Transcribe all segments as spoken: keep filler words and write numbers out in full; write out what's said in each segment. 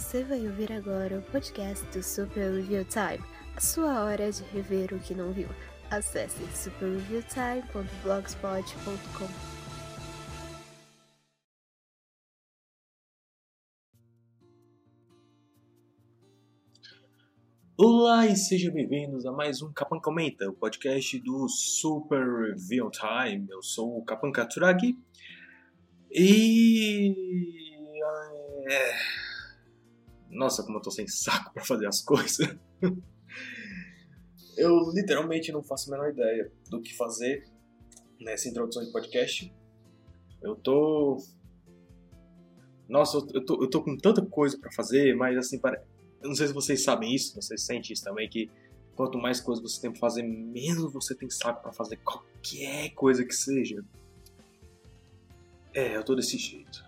Você vai ouvir agora o podcast do Super Review Time, a sua hora de rever o que não viu. Acesse super review time ponto blogspot ponto com. Olá e sejam bem-vindos a mais um Capan Comenta, o podcast do Super Review Time. Eu sou o Capan Katsuragi e... É... Nossa, como eu tô sem saco pra fazer as coisas. Eu literalmente não faço a menor ideia do que fazer nessa introdução de podcast. Eu tô... Nossa, eu tô, eu tô com tanta coisa pra fazer, mas assim, para... eu não sei se vocês sabem isso, vocês sentem isso também, que quanto mais coisas você tem pra fazer, menos você tem saco pra fazer qualquer coisa que seja. É, eu tô desse jeito.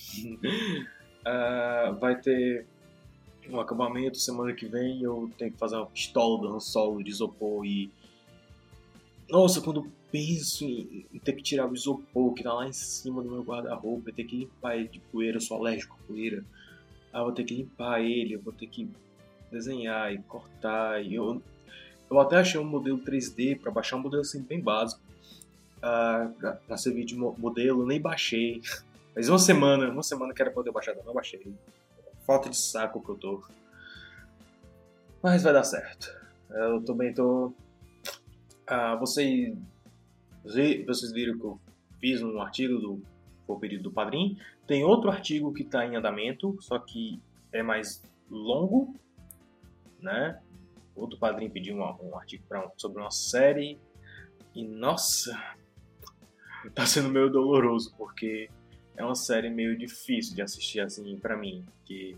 uh, vai ter um acabamento semana que vem, eu tenho que fazer uma pistola dando solo de isopor e... Nossa, quando eu penso em, em ter que tirar o isopor que tá lá em cima do meu guarda-roupa, ter que limpar ele de poeira, eu sou alérgico à poeira. Ah, eu vou ter que limpar ele, eu vou ter que desenhar e cortar. E eu, eu até achei um modelo três D para baixar, um modelo assim bem básico. Ah, pra, pra servir de modelo, eu nem baixei. Mas uma semana, uma semana que era pra eu ter baixado, eu não baixei. Falta de saco que eu tô. Mas vai dar certo. Eu também tô... Ah, vocês, vocês viram que eu fiz um artigo do foi o pedido do Padrim. Tem outro artigo que está em andamento, só que é mais longo, né? Outro Padrim pediu um, um artigo pra, sobre uma série e, nossa, tá sendo meio doloroso, porque é uma série meio difícil de assistir assim pra mim, que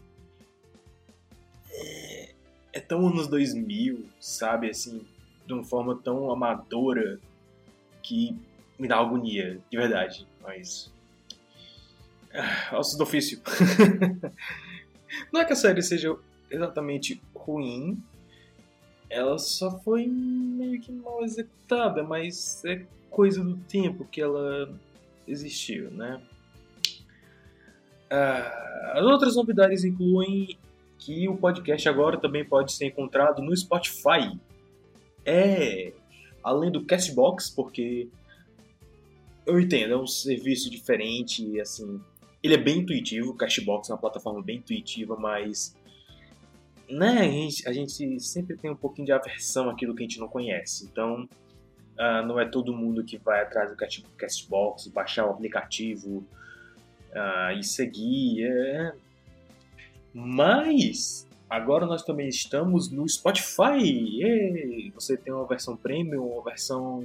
é, é tão anos dois mil, sabe, assim, de uma forma tão amadora que me dá agonia, de verdade, mas... Ossos do ofício. Não é que a série seja exatamente ruim, ela só foi meio que mal executada, mas é coisa do tempo que ela existiu, né? Ah, as outras novidades incluem que o podcast agora também pode ser encontrado no Spotify. É, além do Castbox, porque eu entendo, é um serviço diferente, assim... Ele é bem intuitivo, o Castbox é uma plataforma bem intuitiva, mas né, a, gente, a gente sempre tem um pouquinho de aversão àquilo que a gente não conhece. Então, uh, não é todo mundo que vai atrás do Castbox, baixar o aplicativo uh, e seguir. É... Mas, agora nós também estamos no Spotify. E você tem uma versão premium, uma versão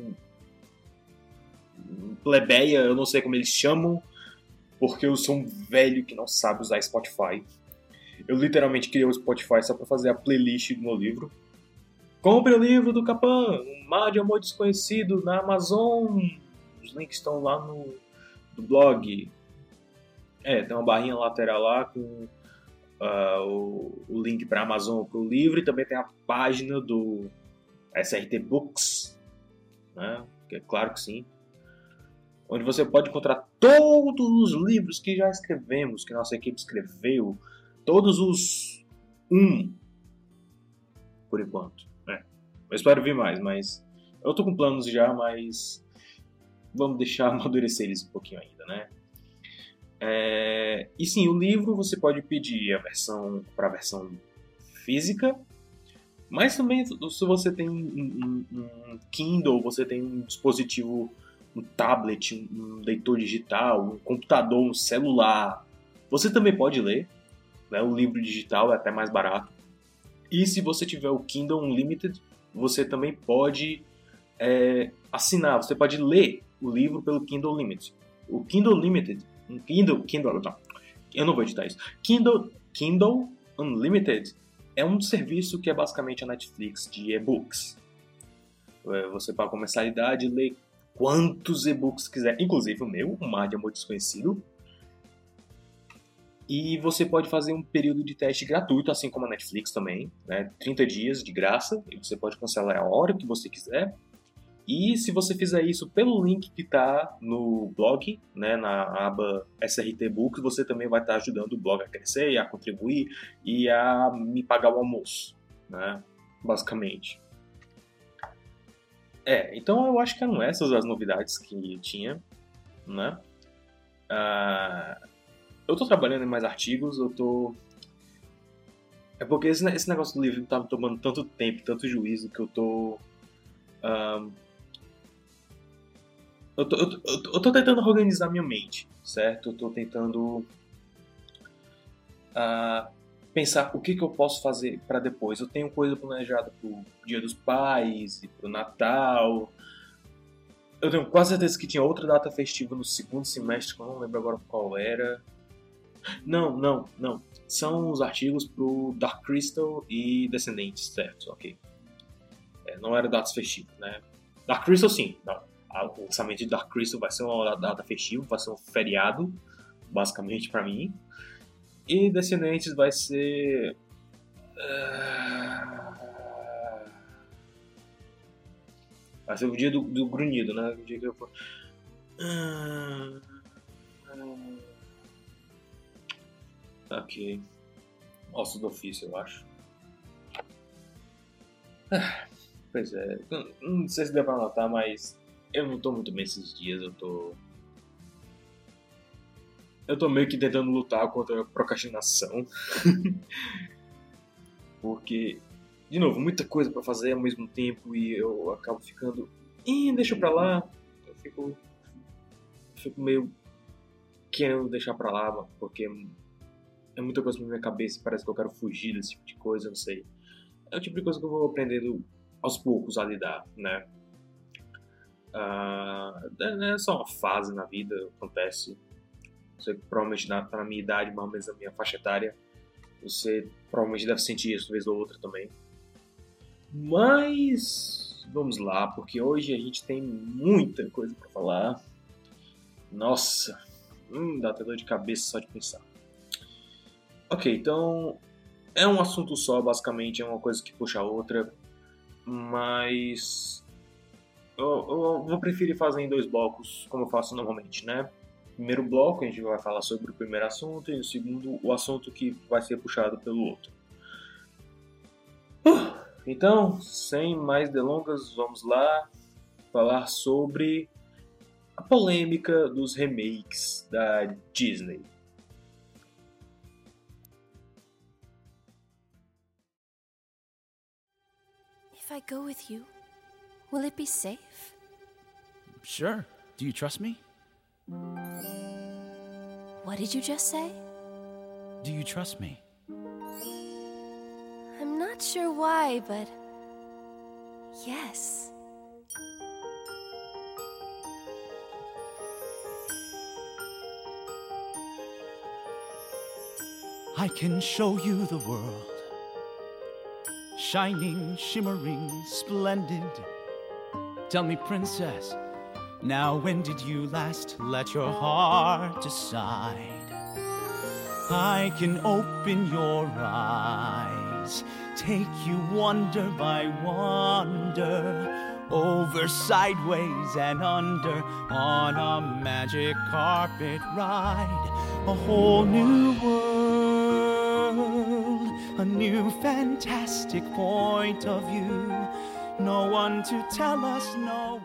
plebeia, eu não sei como eles chamam, porque eu sou um velho que não sabe usar Spotify. Eu literalmente criei o Spotify só para fazer a playlist do meu livro. Compre o livro do Capan, Um Mar de Amor Desconhecido, na Amazon. Os links estão lá no, no blog. É, tem uma barrinha lateral lá com uh, o, o link para a Amazon para o livro. E também tem a página do S R T Books, né? Que é claro que sim. Onde você pode encontrar todos os livros que já escrevemos, que nossa equipe escreveu, todos os um, por enquanto. É. Eu espero vir mais, mas eu tô com planos já, mas vamos deixar amadurecer eles um pouquinho ainda, né? É... E sim, o livro você pode pedir a versão para a versão física, mas também se você tem um, um, um Kindle, você tem um dispositivo, um tablet, um leitor digital, um computador, um celular, você também pode ler, né? O livro digital é até mais barato. E se você tiver o Kindle Unlimited, você também pode é, assinar, você pode ler o livro pelo Kindle Unlimited. O Kindle Unlimited, um Kindle, Kindle, não, eu não vou editar isso. Kindle, Kindle Unlimited é um serviço que é basicamente a Netflix de e-books. Você paga com mensalidade e lê quantos e-books quiser, inclusive o meu, Um Mar de Amor Desconhecido. E você pode fazer um período de teste gratuito, assim como a Netflix também, né? trinta dias de graça, e você pode cancelar a hora que você quiser. E se você fizer isso pelo link que está no blog, né, na aba S R T Books, você também vai estar ajudando o blog a crescer e a contribuir e a me pagar o almoço, né, basicamente. É, então eu acho que eram essas as novidades que tinha, né. Uh, eu estou trabalhando em mais artigos, eu tô... É porque esse, esse negócio do livro tá me tomando tanto tempo, tanto juízo, que eu tô... Uh, Eu tô, eu, tô, eu tô tentando organizar minha mente, certo? Eu tô tentando uh, pensar o que, que eu posso fazer para depois. Eu tenho coisa planejada pro Dia dos Pais e pro Natal. Eu tenho quase certeza que tinha outra data festiva no segundo semestre, que eu não lembro agora qual era. Não, não, não. São os artigos pro Dark Crystal e Descendentes, certo? Ok. É, não era datas festivas, né? Dark Crystal sim, não. O lançamento de Dark Crystal vai ser uma data festiva, vai ser um feriado, basicamente pra mim. E Descendentes vai ser... Vai ser o dia do, do grunhido, né? O dia que eu for... Ok. Osso do ofício, eu acho. Pois é. Não sei se deu pra notar, mas... Eu não tô muito bem esses dias, eu tô... Eu tô meio que tentando lutar contra a procrastinação. Porque, de novo, muita coisa pra fazer ao mesmo tempo e eu acabo ficando... Ih, deixa pra lá. Eu fico... Eu fico meio querendo deixar pra lá, porque é muita coisa na minha cabeça e parece que eu quero fugir desse tipo de coisa, não sei. É o tipo de coisa que eu vou aprendendo aos poucos a lidar, né? Uh, é só uma fase na vida, acontece. Você provavelmente tá na minha idade, mais ou menos na minha faixa etária. Você provavelmente deve sentir isso, vez ou outra também. Mas vamos lá, porque hoje a gente tem muita coisa pra falar. Nossa, hum, dá até dor de cabeça só de pensar. Ok, então é um assunto só, basicamente, é uma coisa que puxa a outra. Mas eu, eu vou preferir fazer em dois blocos, como eu faço normalmente, né? Primeiro bloco a gente vai falar sobre o primeiro assunto e no segundo o assunto que vai ser puxado pelo outro. Então, sem mais delongas, vamos lá falar sobre a polêmica dos remakes da Disney. If I go with you, will it be safe? Sure. Do you trust me? What did you just say? Do you trust me? I'm not sure why, but yes. I can show you the world. Shining, shimmering, splendid. Tell me, princess, now when did you last let your heart decide? I can open your eyes, take you wonder by wonder, over, sideways, and under, on a magic carpet ride. A whole new world, a new fantastic point of view. No one to tell us no.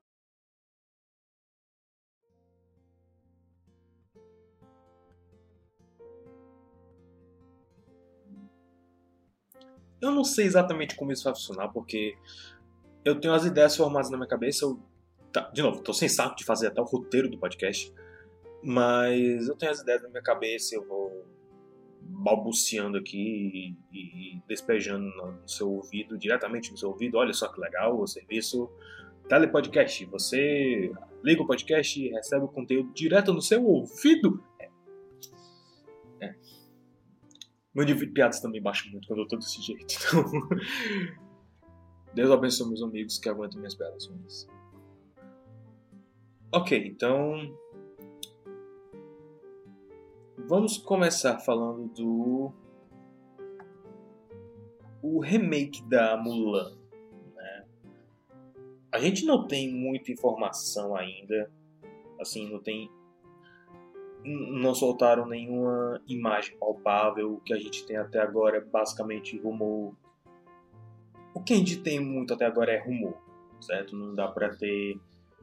Eu não sei exatamente como isso vai funcionar, porque eu tenho as ideias formadas na minha cabeça. Eu, tá, de novo, tô sem saco de fazer até o roteiro do podcast, mas eu tenho as ideias na minha cabeça, eu vou balbuciando aqui e, e despejando no seu ouvido, diretamente no seu ouvido. Olha só que legal, o serviço Telepodcast. Você liga o podcast e recebe o conteúdo direto no seu ouvido. É. É. Meu nível de piadas também baixa muito quando eu tô desse jeito. Então, Deus abençoe meus amigos que aguentam minhas piadas ruins. Ok, então vamos começar falando do o remake da Mulan, né? a gente não tem muita informação ainda, assim, não tem, não soltaram nenhuma imagem palpável. O que a gente tem até agora é basicamente rumor. O que a gente tem muito até agora é rumor, certo? Não dá pra ter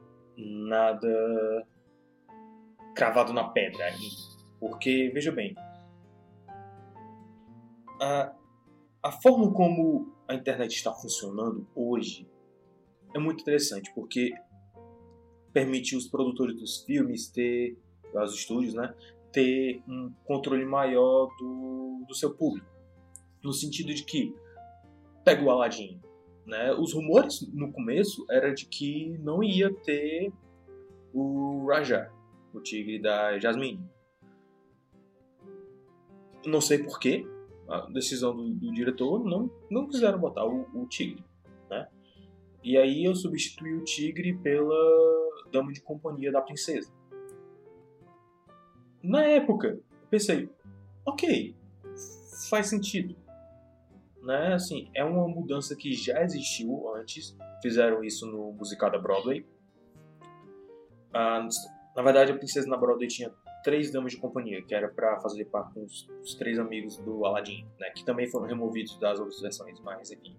nada cravado na pedra aí, porque, veja bem, a, a forma como a internet está funcionando hoje é muito interessante, porque permite os produtores dos filmes ter, os estúdios, né, ter um controle maior do, do seu público. No sentido de que, pega o Aladdin, né, os rumores no começo era de que não ia ter o Rajá, o tigre da Jasmine. Não sei porquê, a decisão do, do diretor, não, não quiseram botar o, o tigre, né? E aí eu substituí o tigre pela dama de companhia da princesa. Na época, eu pensei, ok, faz sentido, né? Assim, é uma mudança que já existiu antes, fizeram isso no musical da Broadway. Ah, na verdade, a princesa na Broadway tinha três damas de companhia, que era para fazer parte dos os três amigos do Aladdin, né? Que também foram removidos das outras versões, mas enfim.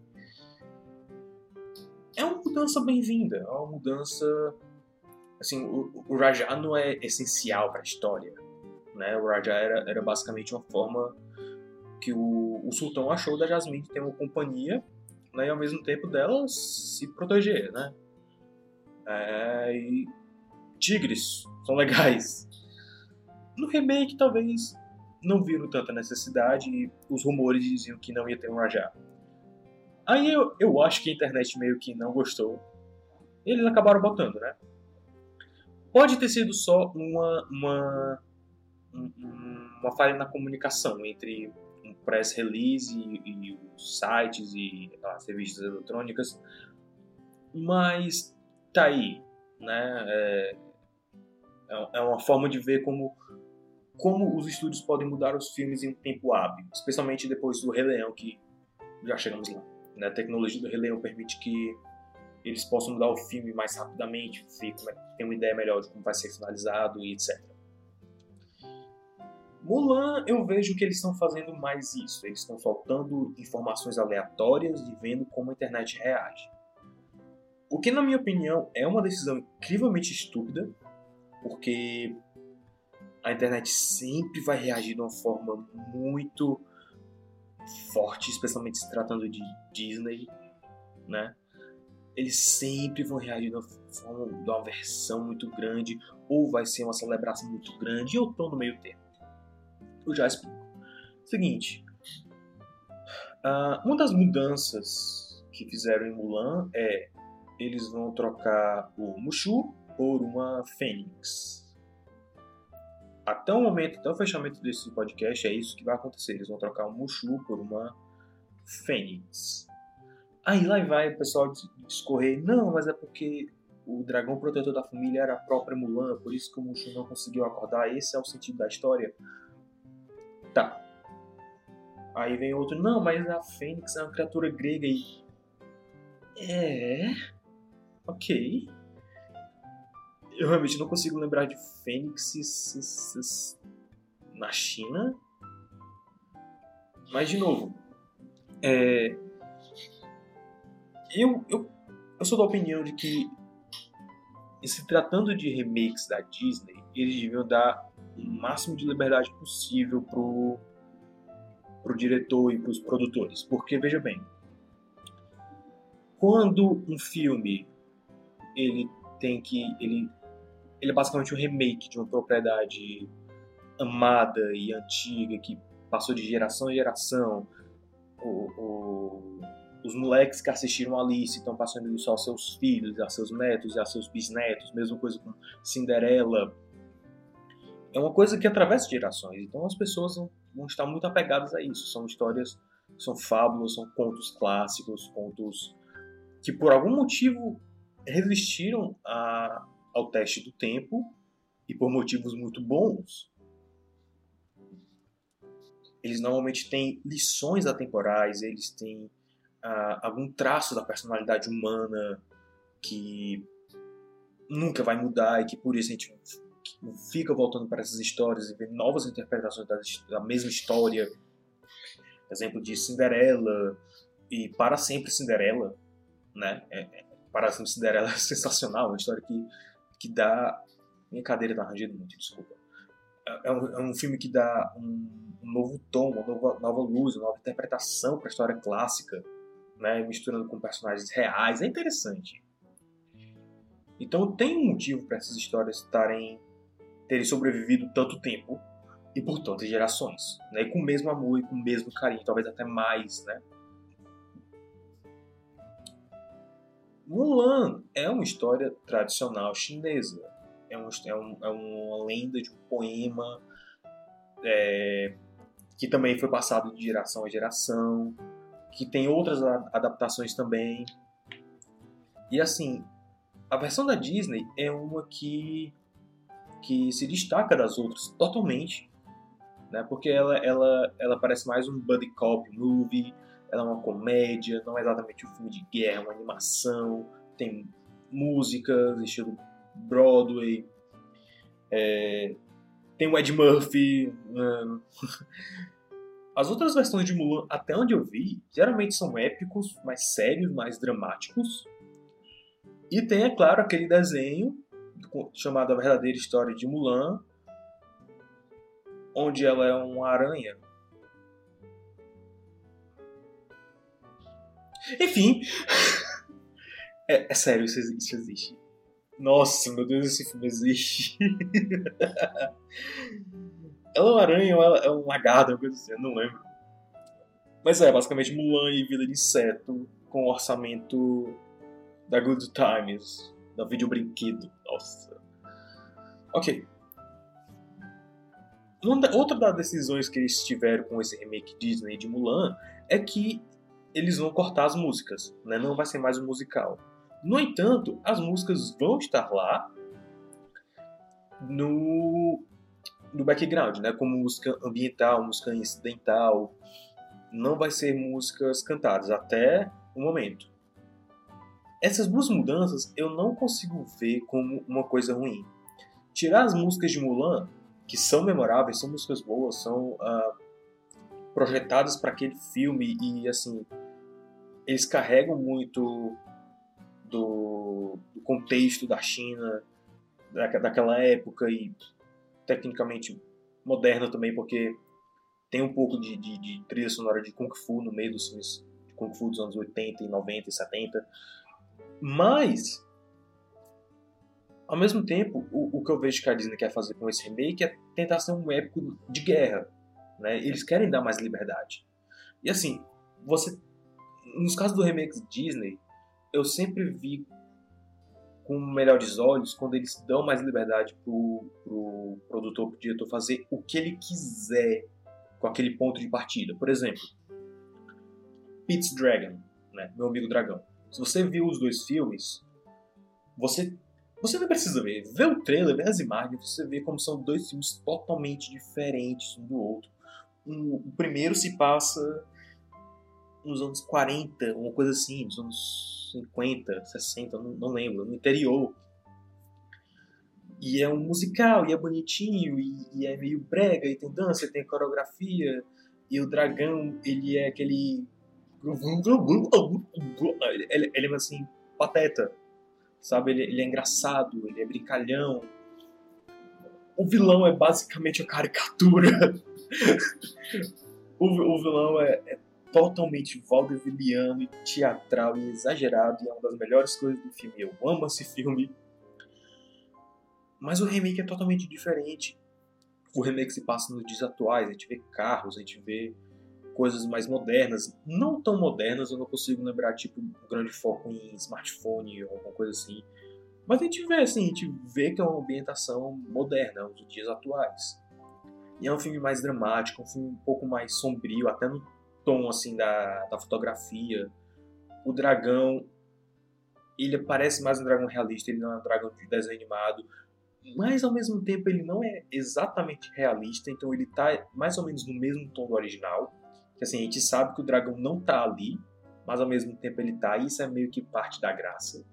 É uma mudança bem-vinda, é uma mudança... Assim, o, o Rajá não é essencial para a história, né? O Rajá era, era basicamente uma forma que o, o sultão achou da Jasmine ter uma companhia, né? E ao mesmo tempo dela se proteger, né? É, e tigres são legais. No remake, talvez não viram tanta necessidade e os rumores diziam que não ia ter um Rajá. Aí eu, eu acho que a internet meio que não gostou. Eles acabaram botando, né? Pode ter sido só uma, uma, uma falha na comunicação entre um press release e, e os sites e as revistas eletrônicas, mas tá aí, né? É, é uma forma de ver como, como os estúdios podem mudar os filmes em um tempo hábil, especialmente depois do Rei Leão, que já chegamos lá. A tecnologia do Rei Leão permite que eles possam mudar o filme mais rapidamente, ter uma ideia melhor de como vai ser finalizado e etcétera. Mulan, eu vejo que eles estão fazendo mais isso. Eles estão soltando informações aleatórias e vendo como a internet reage. O que, na minha opinião, é uma decisão incrivelmente estúpida, porque a internet sempre vai reagir de uma forma muito forte, especialmente se tratando de Disney, né? Eles sempre vão reagir de uma forma, de uma versão muito grande, ou vai ser uma celebração muito grande, e eu tô no meio termo. Eu já explico. Seguinte, uh, uma das mudanças que fizeram em Mulan é eles vão trocar o Mushu por uma Fênix. Até o momento, até o fechamento desse podcast, é isso que vai acontecer. Eles vão trocar o Mushu por uma Fênix. Aí lá vai o pessoal discorrer, não, mas é porque o dragão protetor da família era a própria Mulan, por isso que o Mushu não conseguiu acordar, esse é o sentido da história. Tá. Aí vem outro, não, mas a Fênix é uma criatura grega e... É... Ok... Eu realmente não consigo lembrar de fênixes na China. Mas, de novo, é... eu, eu, eu sou da opinião de que, se tratando de remakes da Disney, eles deviam dar o máximo de liberdade possível pro, pro diretor e pros produtores. Porque, veja bem, quando um filme ele tem que... Ele, Ele é basicamente um remake de uma propriedade amada e antiga que passou de geração em geração. O, o, os moleques que assistiram Alice estão passando isso aos seus filhos, a seus netos e a seus bisnetos. Mesma coisa com Cinderela. É uma coisa que atravessa gerações. Então as pessoas vão, vão estar muito apegadas a isso. São histórias, são fábulas, são contos clássicos, contos que por algum motivo resistiram a... ao teste do tempo e por motivos muito bons. Eles normalmente têm lições atemporais, eles têm uh, algum traço da personalidade humana que nunca vai mudar e que por isso a gente fica voltando para essas histórias e vê novas interpretações da mesma história. Exemplo de Cinderela e Para Sempre Cinderela, né? É, é, Para Sempre Cinderela é sensacional, uma história que, que dá... Minha cadeira tá rangendo muito, desculpa. É, é, um, é um filme que dá um, um novo tom, uma nova, nova luz, uma nova interpretação para a história clássica, né? Misturando com personagens reais. É interessante. Então tem um motivo para essas histórias estarem, terem sobrevivido tanto tempo e por tantas gerações, né? E com o mesmo amor e com o mesmo carinho, talvez até mais, né? Mulan é uma história tradicional chinesa. É, um, é, um, é uma lenda de um poema é, que também foi passado de geração a geração, que tem outras adaptações também. E assim, a versão da Disney é uma que, que se destaca das outras totalmente, né? Porque ela, ela, ela parece mais um buddy cop movie, ela é uma comédia, não é exatamente um filme de guerra, é uma animação, tem músicas, estilo Broadway, é, tem o Ed Murphy. Mano. As outras versões de Mulan, até onde eu vi, geralmente são épicos, mais sérios, mais dramáticos. E tem, é claro, aquele desenho chamado A Verdadeira História de Mulan, onde ela é uma aranha. Enfim, é, é sério, isso, isso existe. Nossa, meu Deus, esse filme existe. Ela é uma aranha ou ela é um lagarto, uma coisa assim, eu não lembro. Mas é, basicamente Mulan e Vida de Inseto com o orçamento da Good Times, da Vídeo Brinquedo. Nossa. Ok. Uma, outra das decisões que eles tiveram com esse remake Disney de Mulan é que eles vão cortar as músicas, né? Não vai ser mais um musical. No entanto, as músicas vão estar lá no, no background, né? Como música ambiental, música incidental. Não vai ser músicas cantadas até o momento. Essas duas mudanças eu não consigo ver como uma coisa ruim. Tirar as músicas de Mulan, que são memoráveis, são músicas boas, são uh, projetadas para aquele filme e assim, eles carregam muito do, do contexto da China, da, daquela época e tecnicamente moderna também, porque tem um pouco de, de, de trilha sonora de Kung Fu no meio dos filmes de Kung Fu dos anos oitenta, noventa e setenta. Mas, ao mesmo tempo, o, o que eu vejo que a Disney quer fazer com esse remake é tentar ser um épico de guerra, né? Eles querem dar mais liberdade. E assim, você, nos casos do remake Disney, eu sempre vi com melhores olhos quando eles dão mais liberdade pro, pro produtor, pro diretor fazer o que ele quiser com aquele ponto de partida. Por exemplo, Pete's Dragon, né? Meu Amigo Dragão. Se você viu os dois filmes, você, você não precisa ver. Vê o trailer, vê as imagens, você vê como são dois filmes totalmente diferentes um do outro. Um, o primeiro se passa nos anos quarenta, uma coisa assim, nos anos cinquenta, sessenta, não, não lembro, no interior. E é um musical, e é bonitinho, e, e é meio brega, e tem dança, tem coreografia, e o dragão, ele é aquele... Ele, ele é assim, pateta, sabe? Ele, ele é engraçado, ele é brincalhão. O vilão é basicamente a caricatura. o, o vilão é, é totalmente vaudevilliano e teatral e exagerado, e é uma das melhores coisas do filme. Eu amo esse filme. Mas o remake é totalmente diferente. O remake se passa nos dias atuais, a gente vê carros, a gente vê coisas mais modernas, não tão modernas, eu não consigo lembrar, tipo, um grande foco em smartphone ou alguma coisa assim. Mas a gente vê, assim, a gente vê que é uma ambientação moderna, nos dias atuais. E é um filme mais dramático, um filme um pouco mais sombrio, até no tom, assim, da, da fotografia. O dragão, ele parece mais um dragão realista, ele não é um dragão de desenho animado, mas ao mesmo tempo ele não é exatamente realista, então ele tá mais ou menos no mesmo tom do original. Que assim, a gente sabe que o dragão não tá ali, mas ao mesmo tempo ele tá, e isso é meio que parte da graça.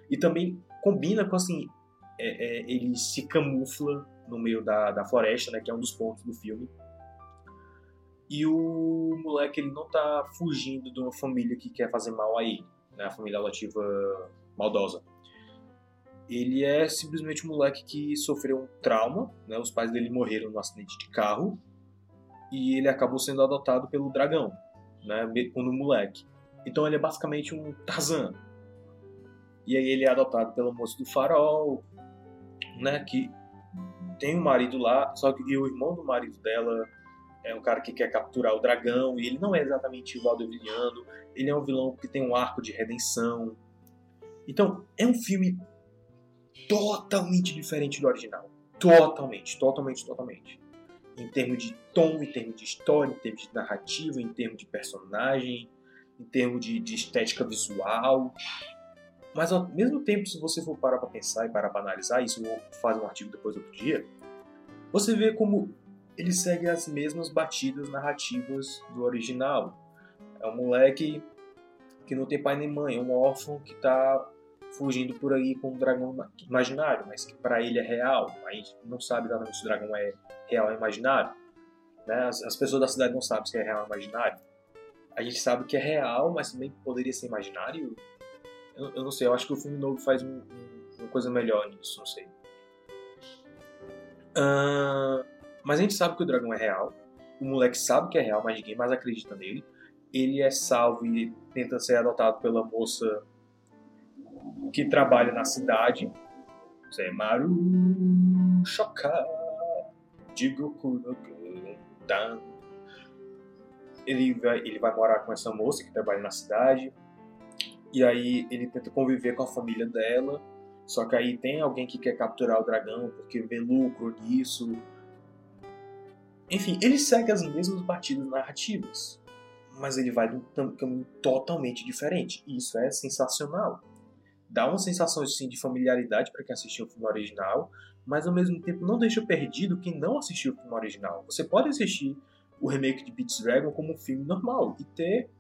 E também combina com, assim, é, é, ele se camufla no meio da, da floresta, né, que é um dos pontos do filme. E o moleque, ele não tá fugindo de uma família que quer fazer mal a ele, né, a família adotiva maldosa. Ele é simplesmente um moleque que sofreu um trauma, né, os pais dele morreram num acidente de carro, e ele acabou sendo adotado pelo dragão, né, quando moleque. Então ele é basicamente um Tarzan. E aí ele é adotado pela moça do farol, né, que tem um marido lá, só que e o irmão do marido dela é um cara que quer capturar o dragão, e ele não é exatamente o Valdevilliano, ele é um vilão que tem um arco de redenção. Então, é um filme totalmente diferente do original. Totalmente, totalmente, totalmente. Em termos de tom, em termos de história, em termos de narrativa, em termos de personagem, em termos de, de estética visual. Mas ao mesmo tempo, se você for parar para pensar e parar para analisar, isso eu vou fazer um artigo depois outro dia, você vê como ele segue as mesmas batidas narrativas do original. É um moleque que não tem pai nem mãe, é um órfão que está fugindo por aí com um dragão imaginário, mas que para ele é real. A gente não sabe exatamente se o dragão é real ou imaginário. Né? As, as pessoas da cidade não sabem se é real ou imaginário. A gente sabe que é real, mas também poderia ser imaginário. Eu, eu não sei, eu acho que o filme novo faz um, um, uma coisa melhor nisso, não sei. Uh, mas a gente sabe que o dragão é real. O moleque sabe que é real, mas ninguém mais acredita nele. Ele é salvo e tenta ser adotado pela moça que trabalha na cidade. Isso é Maru Shoka Jigoku no Gundan. Ele vai, ele vai morar com essa moça que trabalha na cidade. E aí ele tenta conviver com a família dela. Só que aí tem alguém que quer capturar o dragão porque vê lucro nisso. Enfim, ele segue as mesmas batidas narrativas. Mas ele vai de um caminho totalmente diferente. E isso é sensacional. Dá uma sensação assim, de familiaridade para quem assistiu o filme original, mas ao mesmo tempo não deixa perdido quem não assistiu o filme original. Você pode assistir o remake de Pete's Dragon como um filme normal e ter...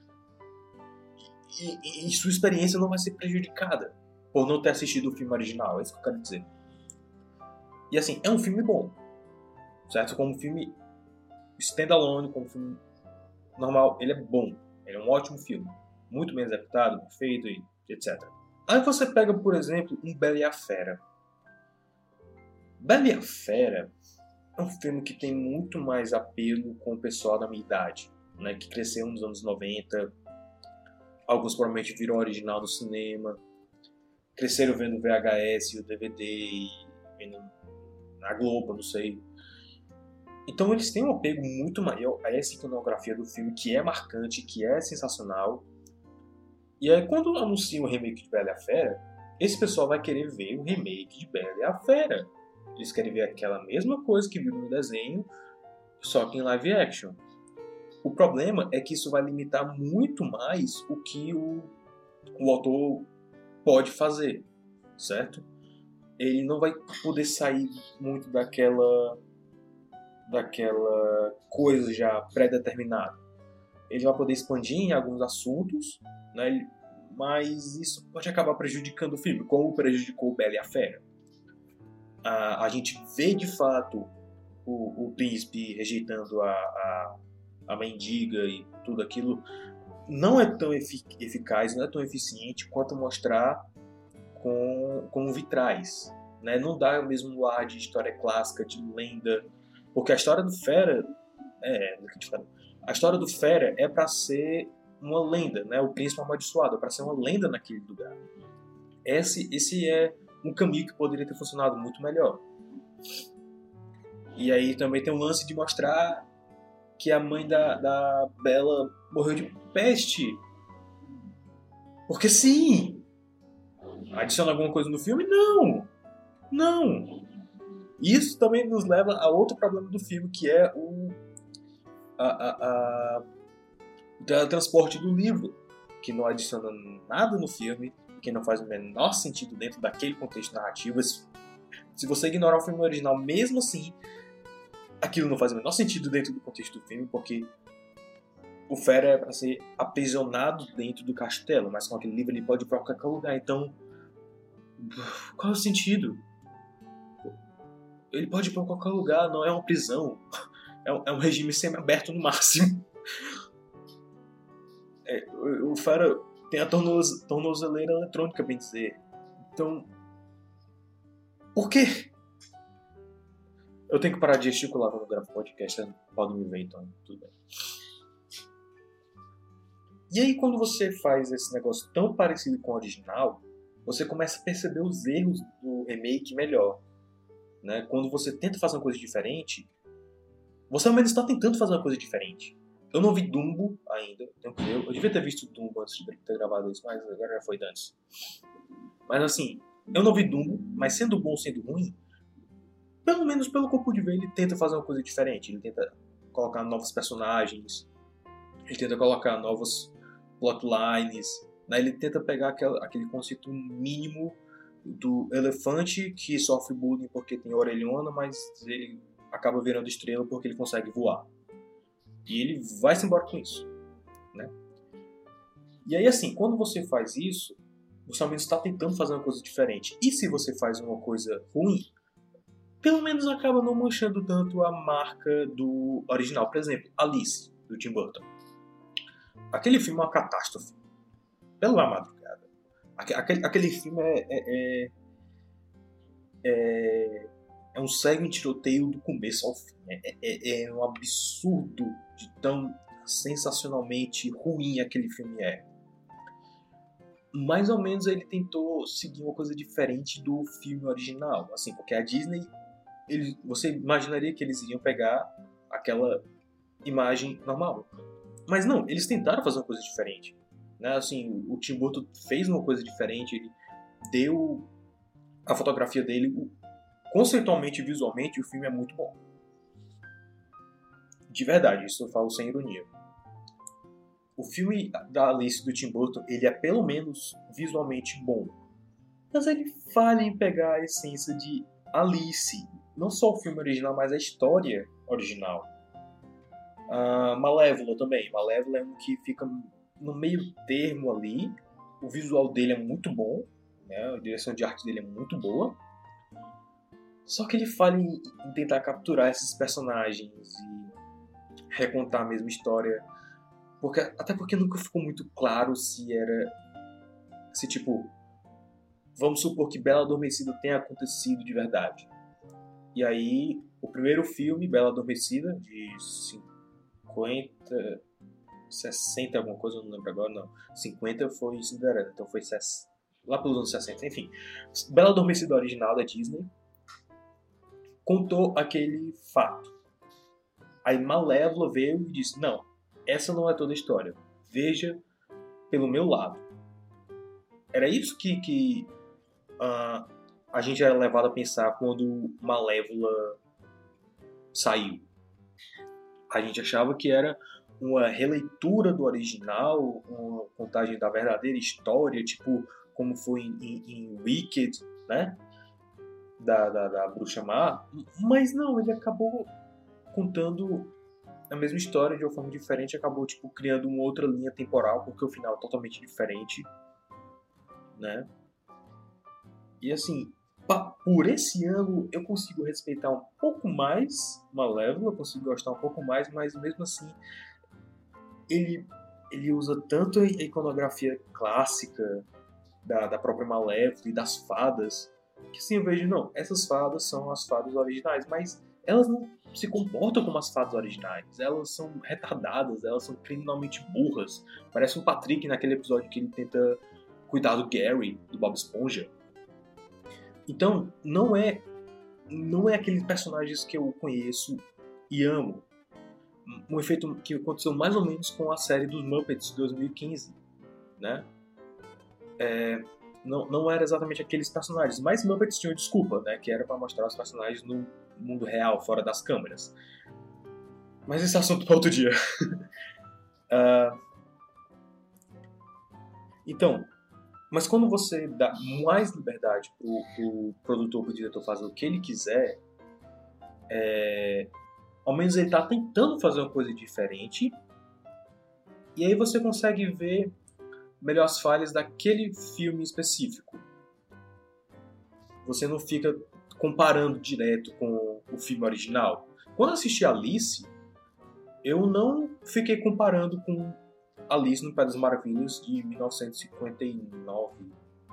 E, e, e sua experiência não vai ser prejudicada por não ter assistido o filme original, é isso que eu quero dizer. E assim, é um filme bom, certo? Como um filme standalone, como um filme normal, ele é bom. Ele é um ótimo filme. Muito bem executado, perfeito e etcétera. Aí você pega, por exemplo, um Bela e a Fera. Bela e a Fera é um filme que tem muito mais apelo com o pessoal da minha idade, né, que cresceu nos anos noventa. Alguns provavelmente viram o original do cinema. Cresceram vendo o V H S e o D V D e vendo na Globo, não sei. Então eles têm um apego muito maior a essa iconografia do filme, que é marcante, que é sensacional. E aí quando anunciam o remake de Bela e a Fera, esse pessoal vai querer ver o remake de Bela e a Fera. Eles querem ver aquela mesma coisa que viram no desenho, só que em live action. O problema é que isso vai limitar muito mais o que o, o autor pode fazer, certo? Ele não vai poder sair muito daquela, daquela coisa já pré-determinada. Ele vai poder expandir em alguns assuntos, né? Mas isso pode acabar prejudicando o filme, como prejudicou Bela e a Fera. A, a gente vê de fato o, o príncipe rejeitando a, a, a mendiga e tudo aquilo. Não é tão efic- eficaz, não é tão eficiente quanto mostrar com, com vitrais. Né? Não dá o mesmo ar de história clássica, de lenda. Porque a história do Fera... É, a história do Fera é para ser uma lenda, né? O príncipe amaldiçoado, é para ser uma lenda naquele lugar. Esse, esse é um caminho que poderia ter funcionado muito melhor. E aí também tem um lance de mostrar que a mãe da, da Bela morreu de peste. Porque sim! Adiciona alguma coisa no filme? Não! Não! Isso também nos leva a outro problema do filme, que é o A, a, a, o teletransporte do livro, que não adiciona nada no filme, que não faz o menor sentido dentro daquele contexto narrativo. Se você ignorar o filme original, mesmo assim, aquilo não faz o menor sentido dentro do contexto do filme, porque o Fera é para ser aprisionado dentro do castelo, mas com aquele livro ele pode ir para qualquer lugar. Então, Qual é o sentido? Ele pode ir pra qualquer lugar, não é uma prisão. É um, é um regime semi-aberto no máximo. É, o, o Fera tem a tornoze, tornozeleira eletrônica, bem dizer. Então, por quê? Eu tenho que parar de gesticular quando eu gravo podcast, podem me ver, então tudo bem. E aí, quando você faz esse negócio tão parecido com o original, você começa a perceber os erros do remake melhor. Né? Quando você tenta fazer uma coisa diferente, você ao menos está tentando fazer uma coisa diferente. Eu não vi Dumbo ainda, tenho que ver. Eu devia ter visto Dumbo antes de ter gravado isso, mas agora já foi antes. Mas assim, eu não vi Dumbo, mas sendo bom ou sendo ruim, pelo menos pelo que eu pude ver, ele tenta fazer uma coisa diferente. Ele tenta colocar novos personagens, ele tenta colocar novos plotlines, né? Ele tenta pegar aquela, aquele conceito mínimo do elefante que sofre bullying porque tem orelhona, mas ele acaba virando estrela porque ele consegue voar. E ele vai-se embora com isso, né? E aí, assim, quando você faz isso, você ao menos está tentando fazer uma coisa diferente. E se você faz uma coisa ruim, pelo menos acaba não manchando tanto a marca do original. Por exemplo, Alice, do Tim Burton. Aquele filme é uma catástrofe. Pela madrugada. Aquele, aquele filme é, é, é, é, é um cego em tiroteio do começo ao fim. É, é, é um absurdo de tão sensacionalmente ruim aquele filme é. Mais ou menos ele tentou seguir uma coisa diferente do filme original. Assim, porque a Disney, ele, você imaginaria que eles iriam pegar aquela imagem normal. Mas não, eles tentaram fazer uma coisa diferente. Né? Assim, o Tim Burton fez uma coisa diferente, ele deu a fotografia dele, conceitualmente e visualmente, o filme é muito bom. De verdade, isso eu falo sem ironia. O filme da Alice do Tim Burton, ele é pelo menos visualmente bom. Mas ele falha em pegar a essência de Alice. Não só o filme original, mas a história original. Uh, Malévola também. Malévola é um que fica no meio termo ali. O visual dele é muito bom. Né? A direção de arte dele é muito boa. Só que ele falha em, em tentar capturar esses personagens e recontar a mesma história. Porque, até porque nunca ficou muito claro se era... Se, tipo... Vamos supor que Bela Adormecida tenha acontecido de verdade. E aí, o primeiro filme, Bela Adormecida, de cinquenta... sessenta, alguma coisa, eu não lembro agora, não. cinquenta foi Cinderela, então foi lá pelos anos sessenta. Enfim, Bela Adormecida original da Disney contou aquele fato. Aí Malévola veio e disse, não, essa não é toda a história. Veja pelo meu lado. Era isso que, que uh, a gente era levado a pensar quando Malévola saiu. A gente achava que era uma releitura do original, uma contagem da verdadeira história, tipo como foi em, em, em Wicked, né? Da, da, da Bruxa Má. Mas não, ele acabou contando a mesma história de uma forma diferente, acabou tipo criando uma outra linha temporal, porque o final é totalmente diferente, né? E assim, por esse ano eu consigo respeitar um pouco mais Malévola, eu consigo gostar um pouco mais, mas mesmo assim ele, ele usa tanto a iconografia clássica da, da própria Malévola e das fadas, que assim eu vejo, não, essas fadas são as fadas originais, mas elas não se comportam como as fadas originais. Elas são retardadas, elas são criminalmente burras. Parece um Patrick naquele episódio que ele tenta cuidar do Gary, do Bob Esponja. Então, não é, não é aqueles personagens que eu conheço e amo. Um efeito que aconteceu mais ou menos com a série dos Muppets de dois mil e quinze. Né? É, não, não era exatamente aqueles personagens, mas Muppets tinham desculpa, né? Que era para mostrar os personagens no mundo real, fora das câmeras. Mas esse é assunto para outro dia. uh, então, mas quando você dá mais liberdade pro, pro produtor, pro diretor fazer o que ele quiser, é, ao menos ele tá tentando fazer uma coisa diferente, e aí você consegue ver melhor as falhas daquele filme específico. você não fica comparando direto com o filme original. Quando eu assisti Alice, eu não fiquei comparando com Alice no País das Maravilhas de mil novecentos e cinquenta e nove.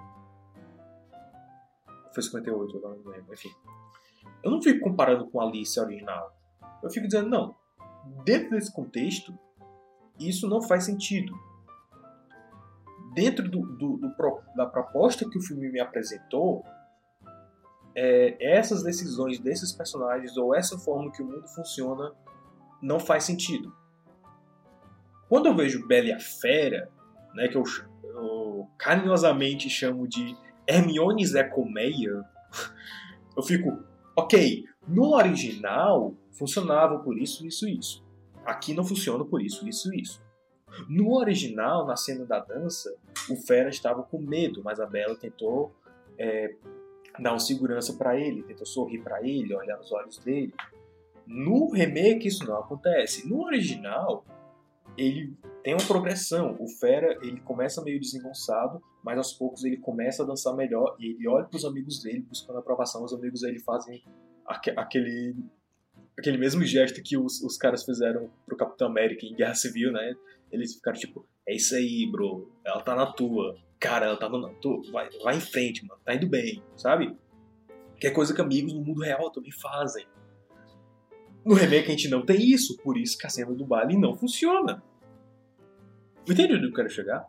Foi cinquenta e oito, eu não lembro. Enfim. Eu não fico comparando com Alice original. Eu fico dizendo, não. Dentro desse contexto, isso não faz sentido. Dentro do, do, do, da proposta que o filme me apresentou, é, essas decisões desses personagens ou essa forma que o mundo funciona não faz sentido. Quando eu vejo Bela e a Fera, né, que eu, eu carinhosamente chamo de Hermione Zé Colmeia, eu fico, ok, no original funcionava por isso, isso, isso. Aqui não funciona por isso, isso, isso. No original, na cena da dança, o Fera estava com medo, mas a Bela tentou é, dar uma segurança para ele, tentou sorrir para ele, olhar nos olhos dele. No remake isso não acontece. No original, ele tem uma progressão. O Fera, ele começa meio desengonçado, mas aos poucos ele começa a dançar melhor e ele olha para os amigos dele buscando aprovação. Os amigos dele fazem aquele, aquele mesmo gesto que os, os caras fizeram pro Capitão América em Guerra Civil, né? Eles ficaram tipo, é isso aí, bro, ela tá na tua. Cara, ela tá na tua, vai, vai em frente, mano, tá indo bem, sabe? Que é coisa que amigos no mundo real também fazem. No remake a gente não tem isso, por isso que a cena do baile não funciona. Entende onde eu quero chegar?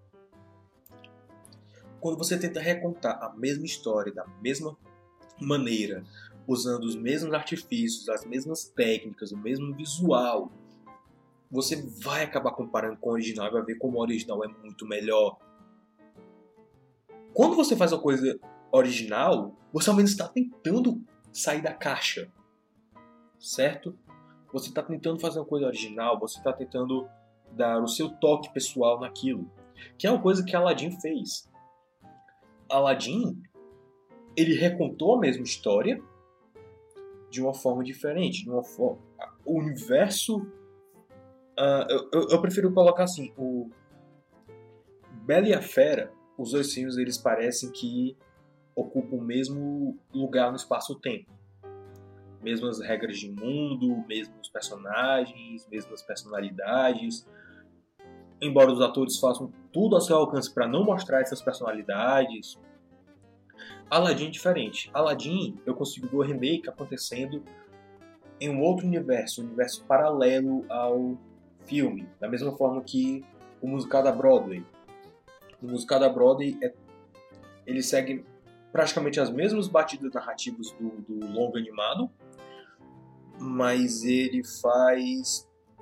Quando você tenta recontar a mesma história da mesma maneira, usando os mesmos artifícios, as mesmas técnicas, o mesmo visual, você vai acabar comparando com o original e vai ver como o original é muito melhor. Quando você faz uma coisa original, você ao menos está tentando sair da caixa, certo? Você está tentando fazer uma coisa original, você está tentando dar o seu toque pessoal naquilo, que é uma coisa que Aladdin fez. Aladdin, ele recontou a mesma história de uma forma diferente, de uma forma... O universo... Uh, eu, eu, eu prefiro colocar assim, o Bela e a Fera, os dois filmes, eles parecem que ocupam o mesmo lugar no espaço-tempo. Mesmas regras de mundo, mesmos personagens, mesmas personalidades. Embora os atores façam tudo ao seu alcance para não mostrar essas personalidades. Aladdin é diferente. Aladdin, eu consigo ver o remake acontecendo em um outro universo, um universo paralelo ao filme. Da mesma forma que o musical da Broadway. O musical da Broadway, é, ele segue praticamente as mesmas batidas narrativas do, do longo animado, mas ele faz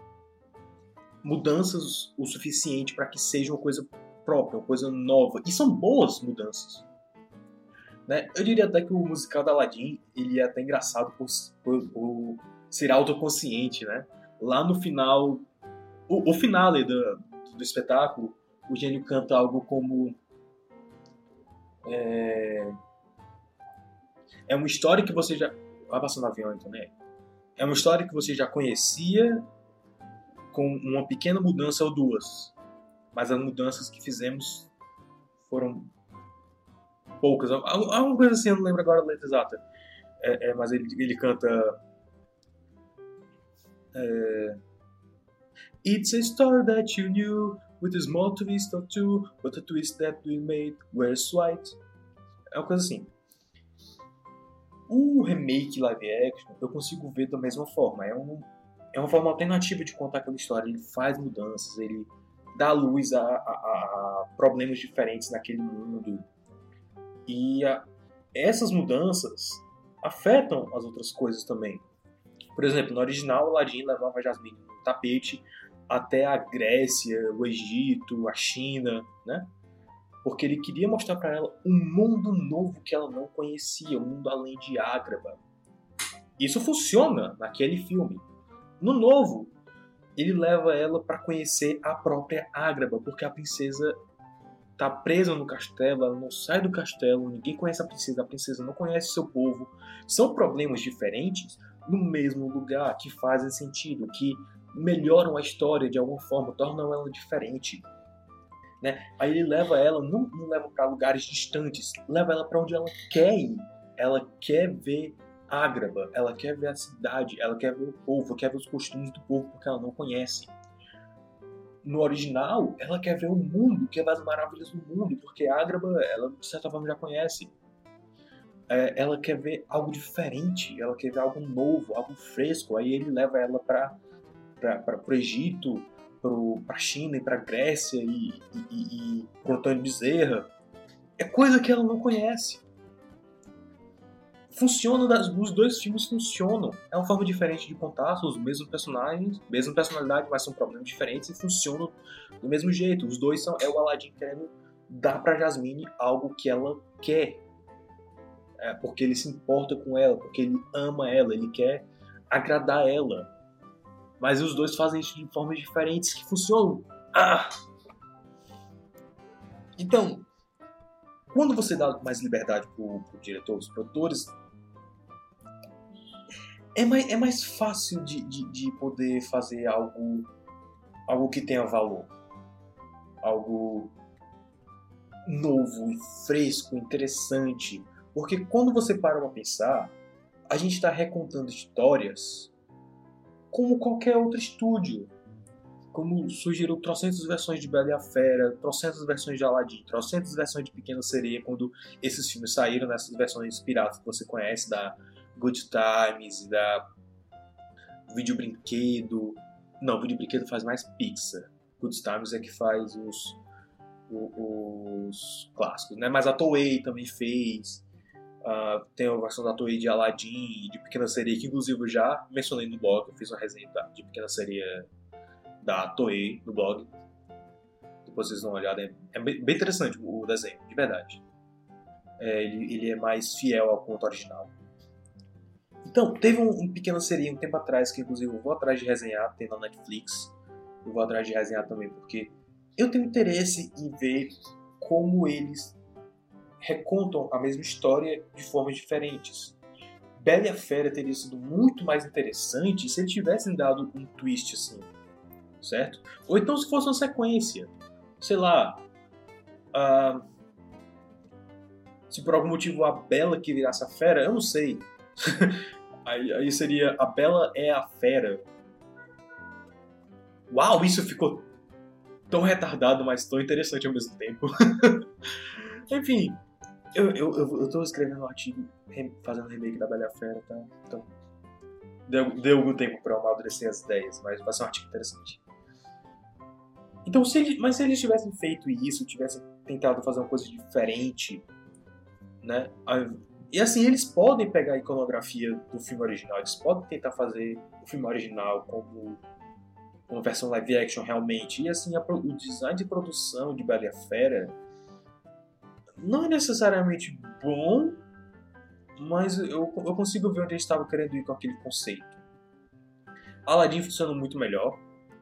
mudanças o suficiente para que seja uma coisa própria, uma coisa nova. E são boas mudanças. Né? Eu diria até que o musical da Aladdin, ele é até engraçado por, por, por ser autoconsciente, né? Lá no final, o, o finale do, do espetáculo, o gênio canta algo como... É, é uma história que você já... Vai passando no avião, então, né? É uma história que você já conhecia com uma pequena mudança ou duas. Mas as mudanças que fizemos foram poucas. Alguma coisa assim, eu não lembro agora a letra exata. É, é, mas ele, ele canta... É, It's a story that you knew, with a small twist or two, but the twist that we made was white. É uma coisa assim. O remake live action, eu consigo ver da mesma forma. É, um, é uma forma alternativa de contar aquela história. Ele faz mudanças, ele dá luz a, a, a problemas diferentes naquele mundo. E a, essas mudanças afetam as outras coisas também. Por exemplo, no original, Aladdin levava a Jasmine no tapete até a Grécia, o Egito, a China, né? Porque ele queria mostrar para ela um mundo novo que ela não conhecia, um mundo além de Ágraba. Isso funciona naquele filme. No novo, ele leva ela para conhecer a própria Ágraba, porque a princesa tá presa no castelo, ela não sai do castelo, ninguém conhece a princesa, a princesa não conhece seu povo. São problemas diferentes no mesmo lugar, que fazem sentido, que melhoram a história de alguma forma, tornam ela diferente. Né? Aí ele leva ela, não, não leva para lugares distantes, leva ela para onde ela quer ir. ela quer ver Ágraba, ela quer ver a cidade, ela quer ver o povo, quer ver os costumes do povo porque ela não conhece. No original, ela quer ver o mundo, quer ver as maravilhas do mundo, porque Ágraba, ela de certa forma já conhece. É, ela quer ver algo diferente, ela quer ver algo novo, algo fresco. Aí ele leva ela para o Egito, para a China e para a Grécia e, e, e, e para Antônio Bezerra. É coisa que ela não conhece. Funciona, das, os dois filmes funcionam. É uma forma diferente de contar, são os mesmos personagens, mesma personalidade, mas são problemas diferentes e funcionam do mesmo jeito. Os dois são é o Aladdin querendo dar para Jasmine algo que ela quer. É, porque ele se importa com ela, porque ele ama ela, ele quer agradar ela. Mas os dois fazem isso de formas diferentes que funcionam. Ah! Então, quando você dá mais liberdade pro, pro diretor, pros produtores, é mais, é mais fácil de, de, de poder fazer algo, algo que tenha valor. Algo novo, fresco, interessante. Porque quando você para pra pensar, a gente está recontando histórias como qualquer outro estúdio. Como surgiram trocentas versões de Bela e a Fera, trocentas versões de Aladdin, trocentas versões de Pequena Sereia, quando esses filmes saíram nessas versões piratas que você conhece, da Good Times, da Vídeo Brinquedo. Não, Vídeo Brinquedo faz mais Pixar. Good Times é que faz os, os, os clássicos, né? Mas a Toei também fez. Uh, tem a versão da Toei de Aladdin e de Pequena Sereia, que inclusive eu já mencionei no blog. Eu fiz uma resenha de Pequena Sereia da Toei no blog. Depois vocês dão uma olhada. É bem interessante o desenho, de verdade. É, ele, ele é mais fiel ao conto original. Então, teve um, um Pequena Sereia um tempo atrás, que inclusive eu vou atrás de resenhar, tem na Netflix. Eu vou atrás de resenhar também, porque eu tenho interesse em ver como eles recontam a mesma história de formas diferentes. Bela e a Fera teria sido muito mais interessante se eles tivessem dado um twist assim, certo? Ou então se fosse uma sequência, sei lá, uh, se por algum motivo a Bela que virasse a Fera, eu não sei. aí, aí seria a Bela é a Fera. Uau, isso ficou tão retardado, mas tão interessante ao mesmo tempo. Enfim, eu, eu, eu, eu tô escrevendo um artigo fazendo remake da Bela e a Fera, tá? Então, deu, deu algum tempo pra eu amadurecer as ideias, mas vai ser um artigo interessante. Então, se ele, mas se eles tivessem feito isso, tivessem tentado fazer uma coisa diferente, né? E assim, eles podem pegar a iconografia do filme original, eles podem tentar fazer o filme original como uma versão live action realmente. E assim, a, o design de produção de Bela e a Fera não é necessariamente bom, mas eu, eu consigo ver onde eles estavam querendo ir com aquele conceito. Aladdin funciona muito melhor,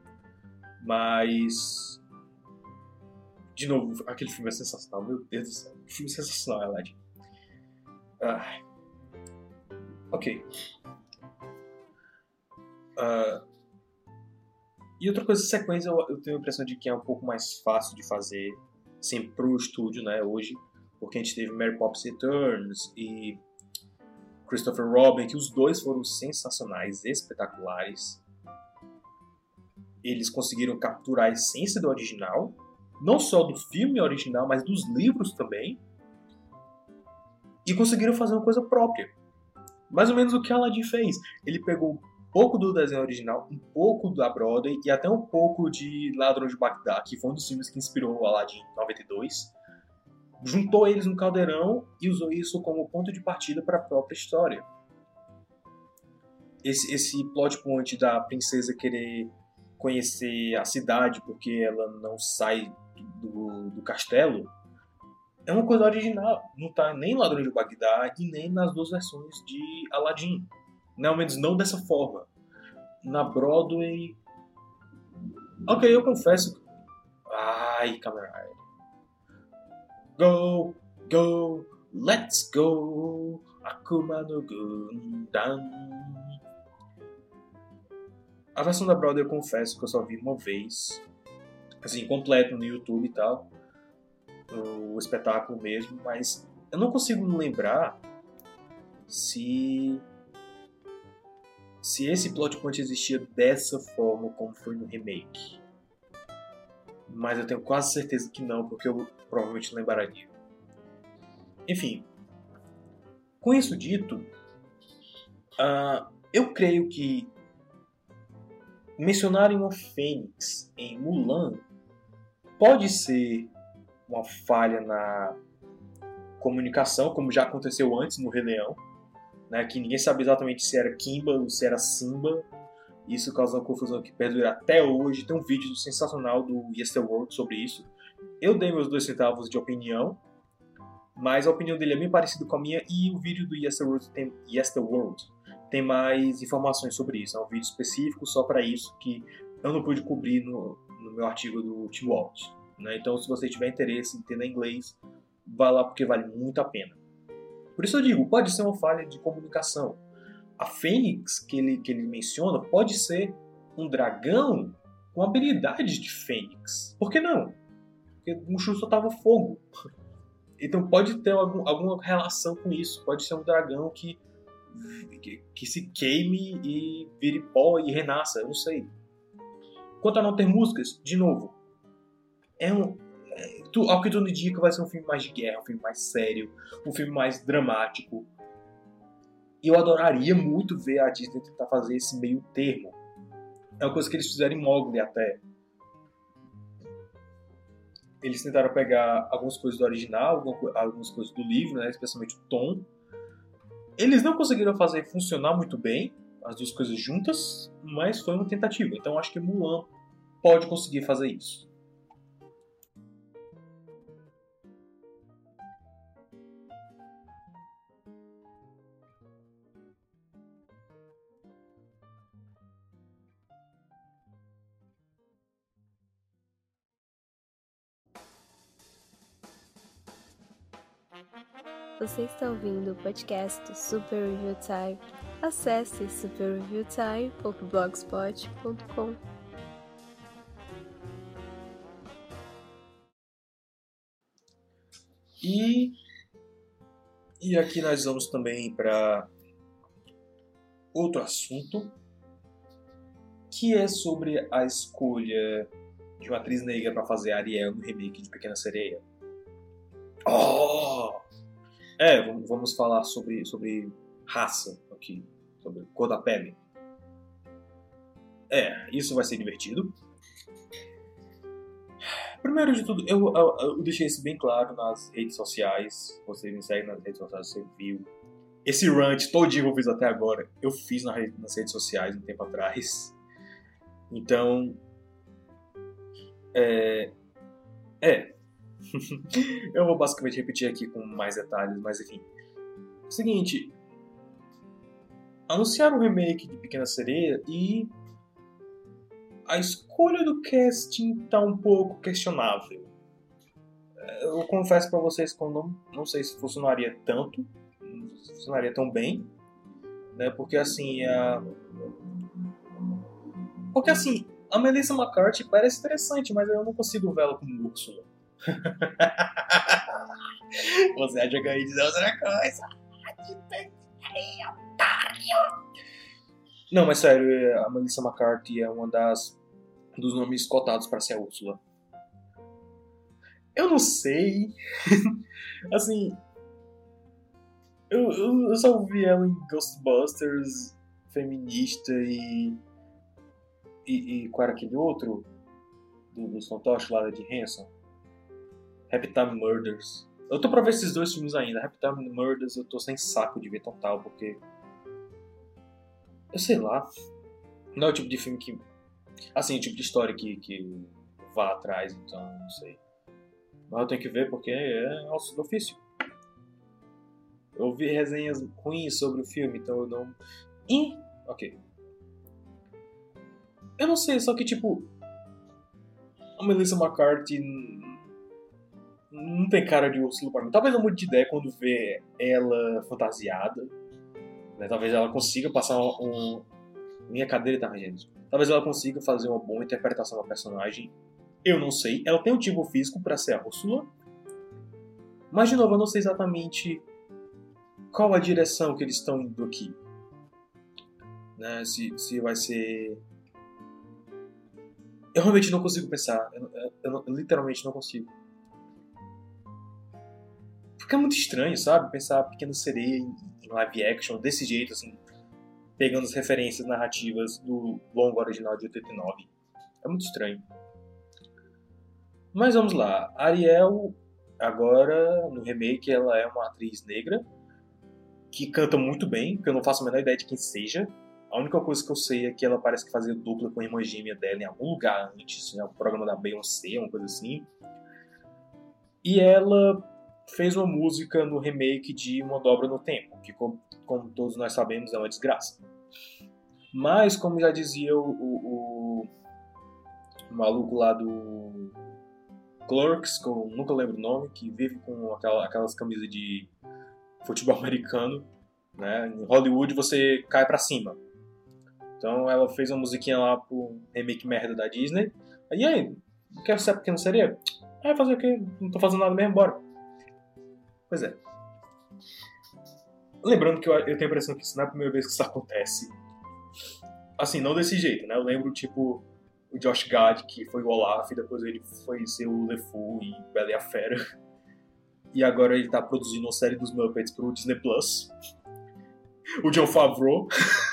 mas de novo, aquele filme é sensacional, meu Deus do céu, que filme sensacional, Aladdin. Ah. Ok. Uh, e outra coisa, sequência eu, eu tenho a impressão de que é um pouco mais fácil de fazer, assim, pro estúdio, né, hoje, porque a gente teve Mary Poppins Returns e Christopher Robin, que os dois foram sensacionais, espetaculares. Eles conseguiram capturar a essência do original, não só do filme original, mas dos livros também, e conseguiram fazer uma coisa própria. Mais ou menos o que Aladdin fez. Ele pegou um pouco do desenho original, um pouco da Broadway e até um pouco de Ladrão de Bagdá, que foi um dos filmes que inspirou o Aladdin em noventa e dois. Juntou eles no caldeirão e usou isso como ponto de partida para a própria história. Esse, esse plot point da princesa querer conhecer a cidade porque ela não sai do, do castelo é uma coisa original. Não está nem em Ladrão de Bagdá e nem nas duas versões de Aladdin. Não, ao menos não dessa forma. Na Broadway... Ok, eu confesso... Ai, Kamen Rider. Go, go, let's go. Akuma no Gundam. A versão da Broadway eu confesso que eu só vi uma vez. Assim, completo no YouTube e tal. O espetáculo mesmo, mas eu não consigo me lembrar se se esse plot point existia dessa forma como foi no remake. Mas eu tenho quase certeza que não, porque eu provavelmente lembraria. Enfim, com isso dito, uh, eu creio que mencionarem uma Fênix em Mulan pode ser uma falha na comunicação, como já aconteceu antes no Rei Leão, né, que ninguém sabe exatamente se era Kimba ou se era Simba. Isso causa uma confusão que perdura até hoje. Tem um vídeo sensacional do Yesterworld sobre isso. Eu dei meus dois centavos de opinião, mas a opinião dele é bem parecida com a minha, e o vídeo do Yesterworld tem, Yesterworld tem mais informações sobre isso. É um vídeo específico só para isso, que eu não pude cobrir no, no meu artigo do Tim Walt, né? Então, se você tiver interesse em entender inglês, vá lá porque vale muito a pena. Por isso eu digo, pode ser uma falha de comunicação. A Fênix que ele, que ele menciona pode ser um dragão com habilidades de Fênix. Por que não? Porque o Mushu só tava fogo. Então pode ter algum, alguma relação com isso. Pode ser um dragão que, que, que se queime e vire pó e renasça. Eu não sei. Quanto a não ter músicas, de novo, é um... Tu, ao que tudo indica, vai ser um filme mais de guerra, um filme mais sério, um filme mais dramático. E eu adoraria muito ver a Disney tentar fazer esse meio termo. É uma coisa que eles fizeram em Mowgli até. Eles tentaram pegar algumas coisas do original, algumas coisas do livro, né, especialmente o tom. Eles não conseguiram fazer funcionar muito bem, as duas coisas juntas, mas foi uma tentativa. Então acho que Mulan pode conseguir fazer isso. Você está ouvindo o podcast do Super Review Time. Acesse super review time ponto blogspot ponto com. E, e aqui nós vamos também para outro assunto, que é sobre a escolha de uma atriz negra para fazer Ariel no remake de Pequena Sereia. Oh! É, vamos falar sobre, sobre raça aqui, sobre cor da pele. É, isso vai ser divertido. Primeiro de tudo, eu, eu, eu deixei isso bem claro nas redes sociais. Você me segue nas redes sociais, você viu. Esse rant todinho que eu fiz até agora, eu fiz nas redes sociais um tempo atrás. Então, é... É... eu vou basicamente repetir aqui com mais detalhes, mas enfim. Seguinte, anunciaram o remake de Pequena Sereia e a escolha do casting tá um pouco questionável. Eu confesso pra vocês que eu não, não sei se funcionaria tanto, não funcionaria tão bem, né? Porque assim, a... Porque assim, a Melissa McCarthy parece interessante, mas eu não consigo vê-la como Úrsula. Você acha que eu ia dizer outra coisa? Não, mas sério, a Melissa McCarthy é uma das dos nomes cotados para ser a Úrsula. Eu não sei. Assim, eu, eu, eu só vi ela em Ghostbusters, feminista e e, e qual era aquele outro do, dos fantoches lá de Hanson? Happy Time Murders. Eu tô pra ver esses dois filmes ainda. Happy Time Murders eu tô sem saco de ver total, porque... Eu sei lá. Não é o tipo de filme que... Assim, o tipo de história que, que vá atrás, então não sei. Mas eu tenho que ver porque é osso do ofício. Eu ouvi resenhas ruins sobre o filme, então eu não... Ih! Ok. Eu não sei, só que tipo... A Melissa McCarthy... Não tem cara de Úrsula pra mim. Talvez eu mude de ideia quando vê ela fantasiada. Né? Talvez ela consiga passar um... Minha cadeira tá regendo. Talvez ela consiga fazer uma boa interpretação da personagem. Eu não sei. Ela tem um tipo físico pra ser a Úrsula. Mas, de novo, eu não sei exatamente qual a direção que eles estão indo aqui? Né? Se, se vai ser... Eu realmente não consigo pensar. Eu, eu, eu, eu literalmente não consigo. Fica muito estranho, sabe? Pensar a Pequena Sereia em, em live action desse jeito, assim, pegando as referências narrativas do longo original de oitenta e nove. É muito estranho. Mas vamos lá. Ariel, agora, no remake, ela é uma atriz negra que canta muito bem, que eu não faço a menor ideia de quem seja. A única coisa que eu sei é que ela parece que fazia dupla com a irmã gêmea dela em algum lugar antes, em algum programa da Beyoncé, uma coisa assim. E ela fez uma música no remake de Uma Dobra no Tempo, que, como, como todos nós sabemos, é uma desgraça. Mas, como já dizia o, o, o maluco lá do Clerks, que eu nunca lembro o nome, que vive com aquela, aquelas camisas de futebol americano, né? Em Hollywood você cai pra cima. Então ela fez uma musiquinha lá pro remake merda da Disney. E aí, quer ser Pequena Sereia? Ah, fazer o quê? Não tô fazendo nada mesmo, bora. Pois é. Lembrando que eu, eu tenho a impressão que isso não é a primeira vez que isso acontece. Assim, não desse jeito, né? Eu lembro, tipo, o Josh Gad, que foi o Olaf, e depois ele foi ser o LeFou em Bela e a Fera. E agora ele tá produzindo uma série dos Muppets pro Disney Plus. O Jon Favreau.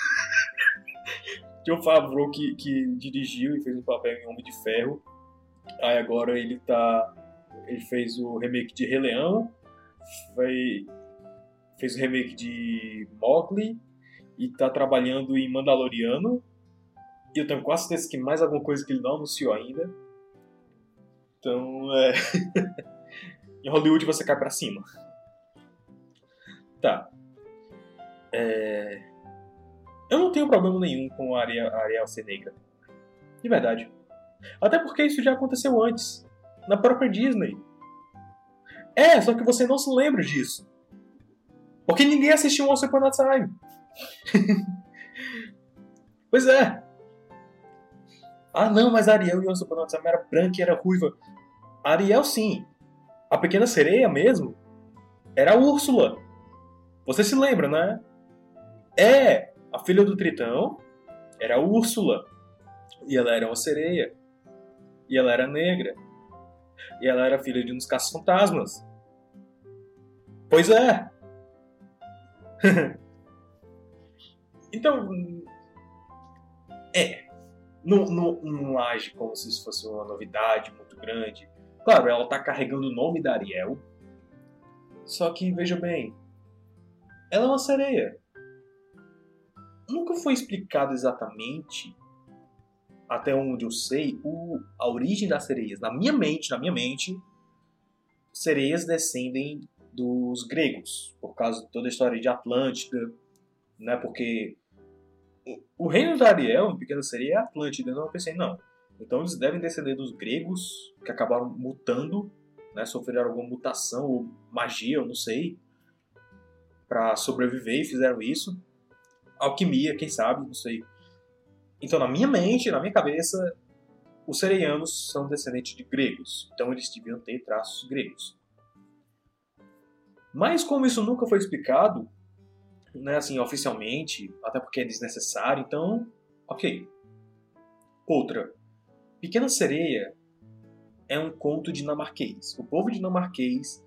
Jon Favreau que, que dirigiu e fez um papel em Homem de Ferro. Aí agora ele tá... Ele fez o remake de Rei Leão. Foi, fez o remake de Mowgli. E tá trabalhando em Mandaloriano. E eu tenho quase certeza que mais alguma coisa que ele não anunciou ainda. Então, é... Em Hollywood você cai pra cima. Tá. É... Eu não tenho problema nenhum com a Ariel, a Ariel ser negra. De verdade. Até porque isso já aconteceu antes. Na própria Disney. É, só que você não se lembra disso. Porque ninguém assistiu Once Upon a Time. Pois é. Ah não, mas a Ariel em Once Upon a Time era branca e era ruiva. A Ariel sim. A Pequena Sereia mesmo era a Úrsula. Você se lembra, né? É, a filha do Tritão era a Úrsula. E ela era uma sereia. E ela era negra. E ela era filha de uns caça-fantasmas. Pois é. Então, é. Não, não, não age como se isso fosse uma novidade muito grande. Claro, ela tá carregando o nome da Ariel. Só que, veja bem, ela é uma sereia. Nunca foi explicado exatamente, até onde eu sei, o, a origem das sereias. Na minha mente, na minha mente, sereias descendem dos gregos, por causa de toda a história de Atlântida, né? Porque o reino da Ariel, em Pequena Sereia, é Atlântida. Então eu pensei, não. Então eles devem descender dos gregos, que acabaram mutando, né? Sofreram alguma mutação, ou magia, eu não sei, para sobreviver e fizeram isso. Alquimia, quem sabe, não sei. Então, na minha mente, na minha cabeça, os sereianos são descendentes de gregos. Então, eles deviam ter traços gregos. Mas, como isso nunca foi explicado, né, assim, oficialmente, até porque é desnecessário, então, ok. Outra. Pequena Sereia é um conto dinamarquês. O povo dinamarquês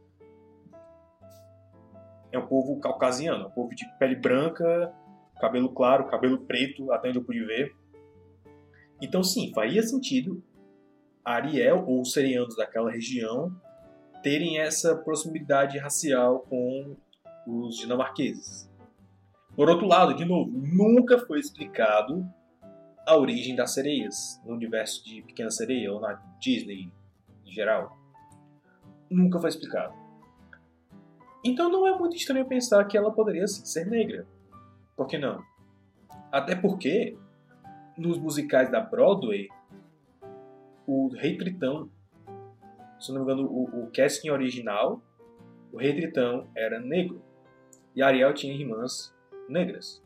é um povo caucasiano, um povo de pele branca, cabelo claro, cabelo preto, até onde eu pude ver. Então, sim, faria sentido a Ariel ou os sereianos daquela região terem essa proximidade racial com os dinamarqueses. Por outro lado, de novo, nunca foi explicado a origem das sereias no universo de Pequena Sereia ou na Disney em geral. Nunca foi explicado. Então não é muito estranho pensar que ela poderia sim ser negra. Por que não? Até porque, nos musicais da Broadway, o Rei Tritão, se não me engano, o, o casting original, o Rei Tritão era negro. E a Ariel tinha irmãs negras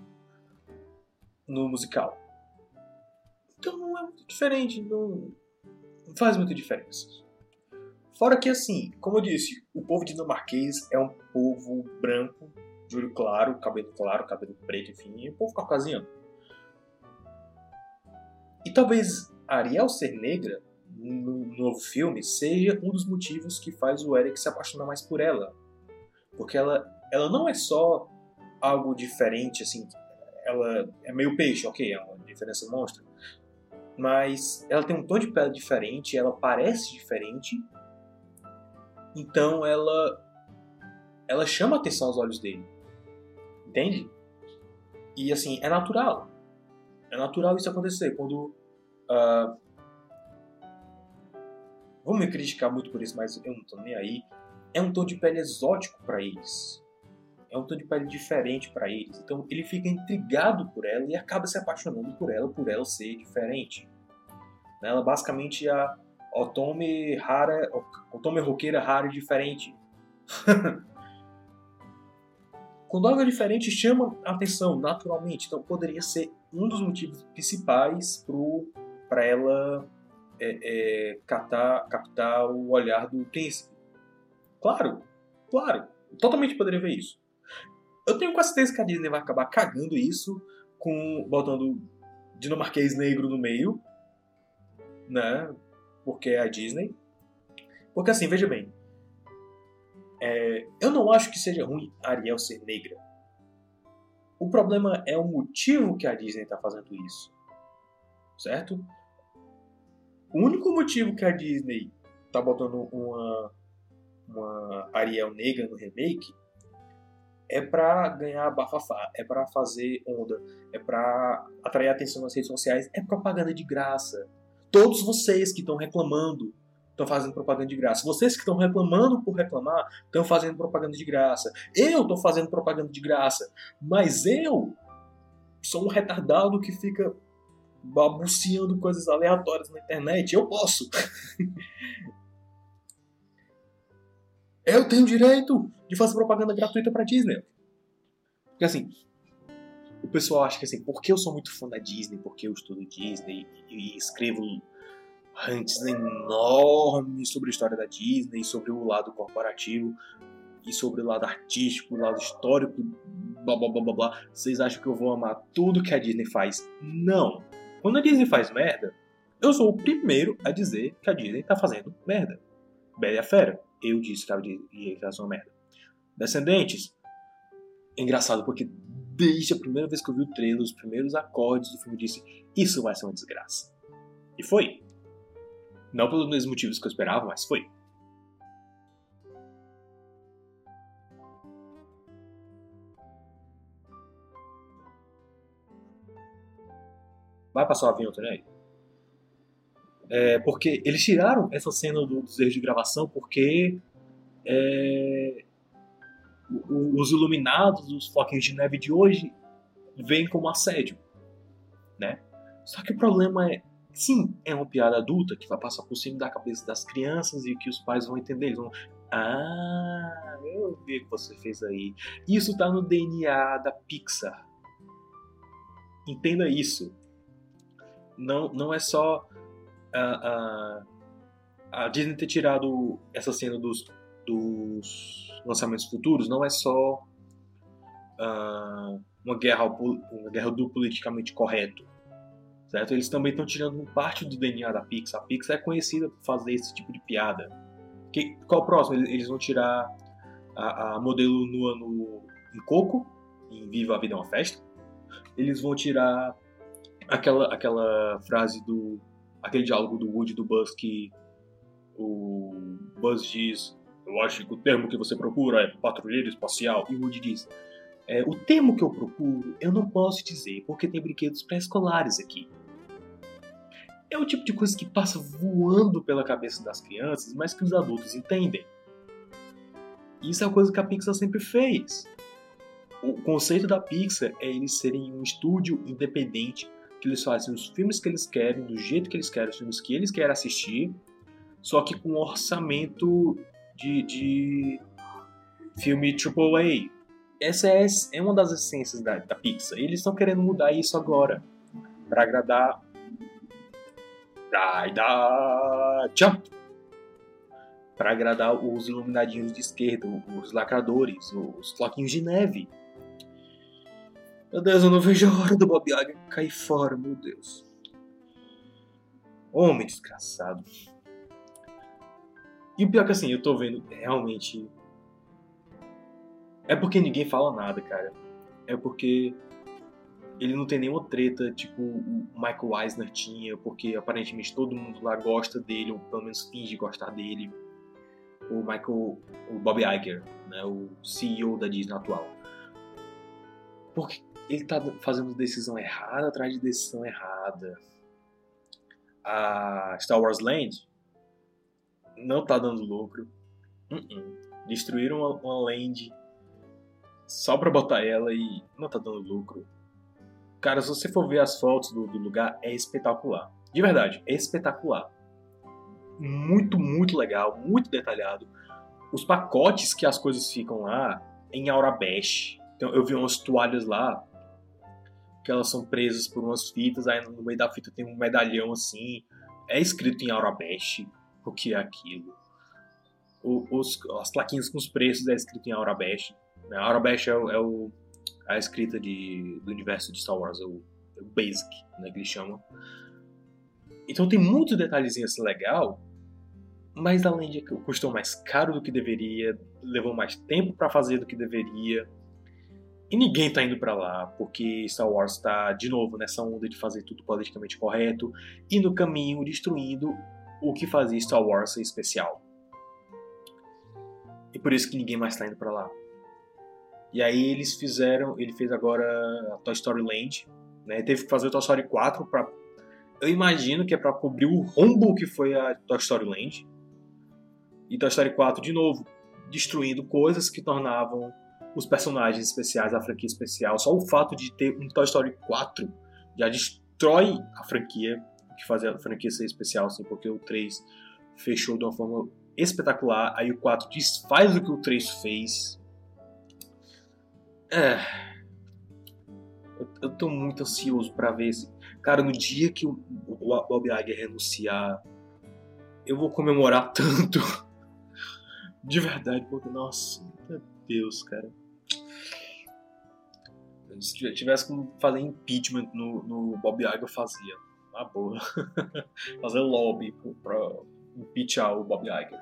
no musical. Então não é muito diferente, não, não faz muita diferença. Fora que, assim, como eu disse, o povo dinamarquês é um povo branco, de olho claro, cabelo claro, cabelo preto, enfim, e o povo caucasiano. E talvez a Ariel ser negra no novo filme seja um dos motivos que faz o Eric se apaixonar mais por ela. Porque ela, ela não é só algo diferente, assim, ela é meio peixe, ok, é uma diferença monstra, mas ela tem um tom de pele diferente, ela parece diferente, então ela, ela chama a atenção aos olhos dele, entende? E assim, é natural. É natural isso acontecer. Quando. Uh, vão me criticar muito por isso, mas eu não tô nem aí. É um tom de pele exótico para eles. É um tom de pele diferente para eles. Então ele fica intrigado por ela e acaba se apaixonando por ela, por ela ser diferente. Ela basicamente é a Otome rara, Otome roqueira rara e diferente. Quando algo é diferente, chama a atenção naturalmente. Então poderia ser um dos motivos principais para ela é, é, catar, captar o olhar do príncipe. Claro, claro. Totalmente poderia ver isso. Eu tenho quase certeza que a Disney vai acabar cagando isso, com, botando dinamarquês negro no meio, né? Porque é a Disney. Porque assim, veja bem. É, eu não acho que seja ruim a Ariel ser negra. O problema é o motivo que a Disney está fazendo isso. Certo? O único motivo que a Disney está botando uma, uma Ariel negra no remake é para ganhar bafafá, é para fazer onda, é para atrair atenção nas redes sociais, é propaganda de graça. Todos vocês que estão reclamando estão fazendo propaganda de graça. Vocês que estão reclamando por reclamar estão fazendo propaganda de graça. Eu estou fazendo propaganda de graça. Mas eu sou um retardado que fica babuceando coisas aleatórias na internet. Eu posso. Eu tenho direito de fazer propaganda gratuita pra Disney. Porque assim, o pessoal acha que assim, porque eu sou muito fã da Disney, porque eu estudo Disney e escrevo rantes enormes sobre a história da Disney, sobre o lado corporativo e sobre o lado artístico, o lado histórico, blá blá blá blá blá. Vocês acham que eu vou amar tudo que a Disney faz? Não. Quando a Disney faz merda, eu sou o primeiro a dizer que a Disney tá fazendo merda. Bela e a Fera, eu disse que a Disney ia fazer uma merda. Descendentes, é engraçado porque desde a primeira vez que eu vi o trailer, os primeiros acordes do filme, eu disse, isso vai ser uma desgraça. E foi. Não pelos mesmos motivos que eu esperava, mas foi. Vai passar o avião também? É, porque eles tiraram essa cena do, dos erros de gravação porque é, os iluminados, os floquinhos de neve de hoje veem como assédio, né? Só que o problema é, sim, é uma piada adulta que vai passar por cima da cabeça das crianças e que os pais vão entender. Eles vão, ah, eu vi o que você fez aí. Isso tá no D N A da Pixar. Entenda isso. Não, não é só a, a, a Disney ter tirado essa cena dos, dos lançamentos futuros, não é só uh, uma, guerra, uma guerra do politicamente correto. Certo? Eles também estão tirando parte do D N A da Pixar. A Pixar é conhecida por fazer esse tipo de piada. Que, qual é o próximo? Eles vão tirar a, a modelo nua no, em Coco, em Viva a Vida é uma Festa. Eles vão tirar aquela, aquela frase do... aquele diálogo do Woody e do Buzz que o Buzz diz, eu acho que o termo que você procura é patrulheiro espacial. E o Woody diz, é, o termo que eu procuro eu não posso dizer porque tem brinquedos pré-escolares aqui. É o tipo de coisa que passa voando pela cabeça das crianças, mas que os adultos entendem. Isso é uma coisa que a Pixar sempre fez. O conceito da Pixar é eles serem um estúdio independente, que eles fazem os filmes que eles querem, do jeito que eles querem, os filmes que eles querem assistir, só que com um orçamento de, de filme triplo A. Essa é, é uma das essências da, da Pixar. Eles estão querendo mudar isso agora, para agradar Ride Jump, Pra agradar os iluminadinhos de esquerda, os lacradores, os floquinhos de neve. Meu Deus, eu não vejo a hora do Bob Iger cair fora, meu Deus. Homem desgraçado. E o pior que assim, eu tô vendo realmente... É porque ninguém fala nada, cara. É porque ele não tem nenhuma treta, tipo o Michael Eisner tinha, porque aparentemente todo mundo lá gosta dele, ou pelo menos finge gostar dele. O Michael, o Bob Iger, né, o C E O da Disney atual. Porque ele tá fazendo decisão errada atrás de decisão errada. A Star Wars Land não tá dando lucro. Uh-uh. Destruíram uma, uma land só pra botar ela e não tá dando lucro. Cara, se você for ver as fotos do, do lugar, é espetacular. De verdade, é espetacular. Muito, muito legal, muito detalhado. Os pacotes que as coisas ficam lá em Aurabesh. Então, eu vi umas toalhas lá que elas são presas por umas fitas, aí no meio da fita tem um medalhão assim, é escrito em Aurabesh o que é aquilo. O, os, as plaquinhas com os preços é escrito em Aurabesh. Aurabesh é, o, é o, a escrita de, do universo de Star Wars, é o, é o Basic, né, que eles chamam. Então tem muitos detalhezinhos assim legal, mas além de que custou mais caro do que deveria, levou mais tempo para fazer do que deveria. E ninguém tá indo pra lá, porque Star Wars tá, de novo, nessa onda de fazer tudo politicamente correto e no caminho destruindo o que fazia Star Wars ser especial. E por isso que ninguém mais tá indo pra lá. E aí eles fizeram, ele fez agora a Toy Story Land, né? Teve que fazer o Toy Story quatro pra... Eu imagino que é pra cobrir o rombo que foi a Toy Story Land. E Toy Story quatro, de novo, destruindo coisas que tornavam os personagens especiais, a franquia especial. Só o fato de ter um Toy Story quatro já destrói a franquia, o que faz a franquia ser especial, assim, porque o três fechou de uma forma espetacular, aí o quatro desfaz o que o três fez. É... Eu, eu tô muito ansioso pra ver esse... Cara, no dia que o, o Bob Iger renunciar, eu vou comemorar tanto. De verdade, porque, nossa, meu Deus, cara. Se tivesse como fazer impeachment no, no Bob Iger, eu fazia. Na boa. Fazer lobby pra impeachar o Bob Iger.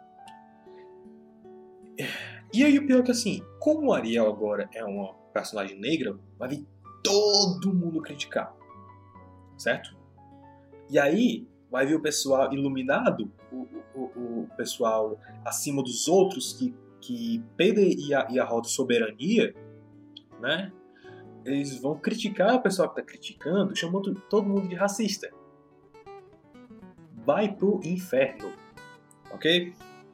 E aí o pior é que assim, como o Ariel agora é uma personagem negra, vai vir todo mundo criticar. Certo? E aí vai vir o pessoal iluminado, o, o, o pessoal acima dos outros que, que pedem e, a, e arrotam soberania, né? Eles vão criticar o pessoal que está criticando, chamando todo mundo de racista. Vai pro inferno. Ok?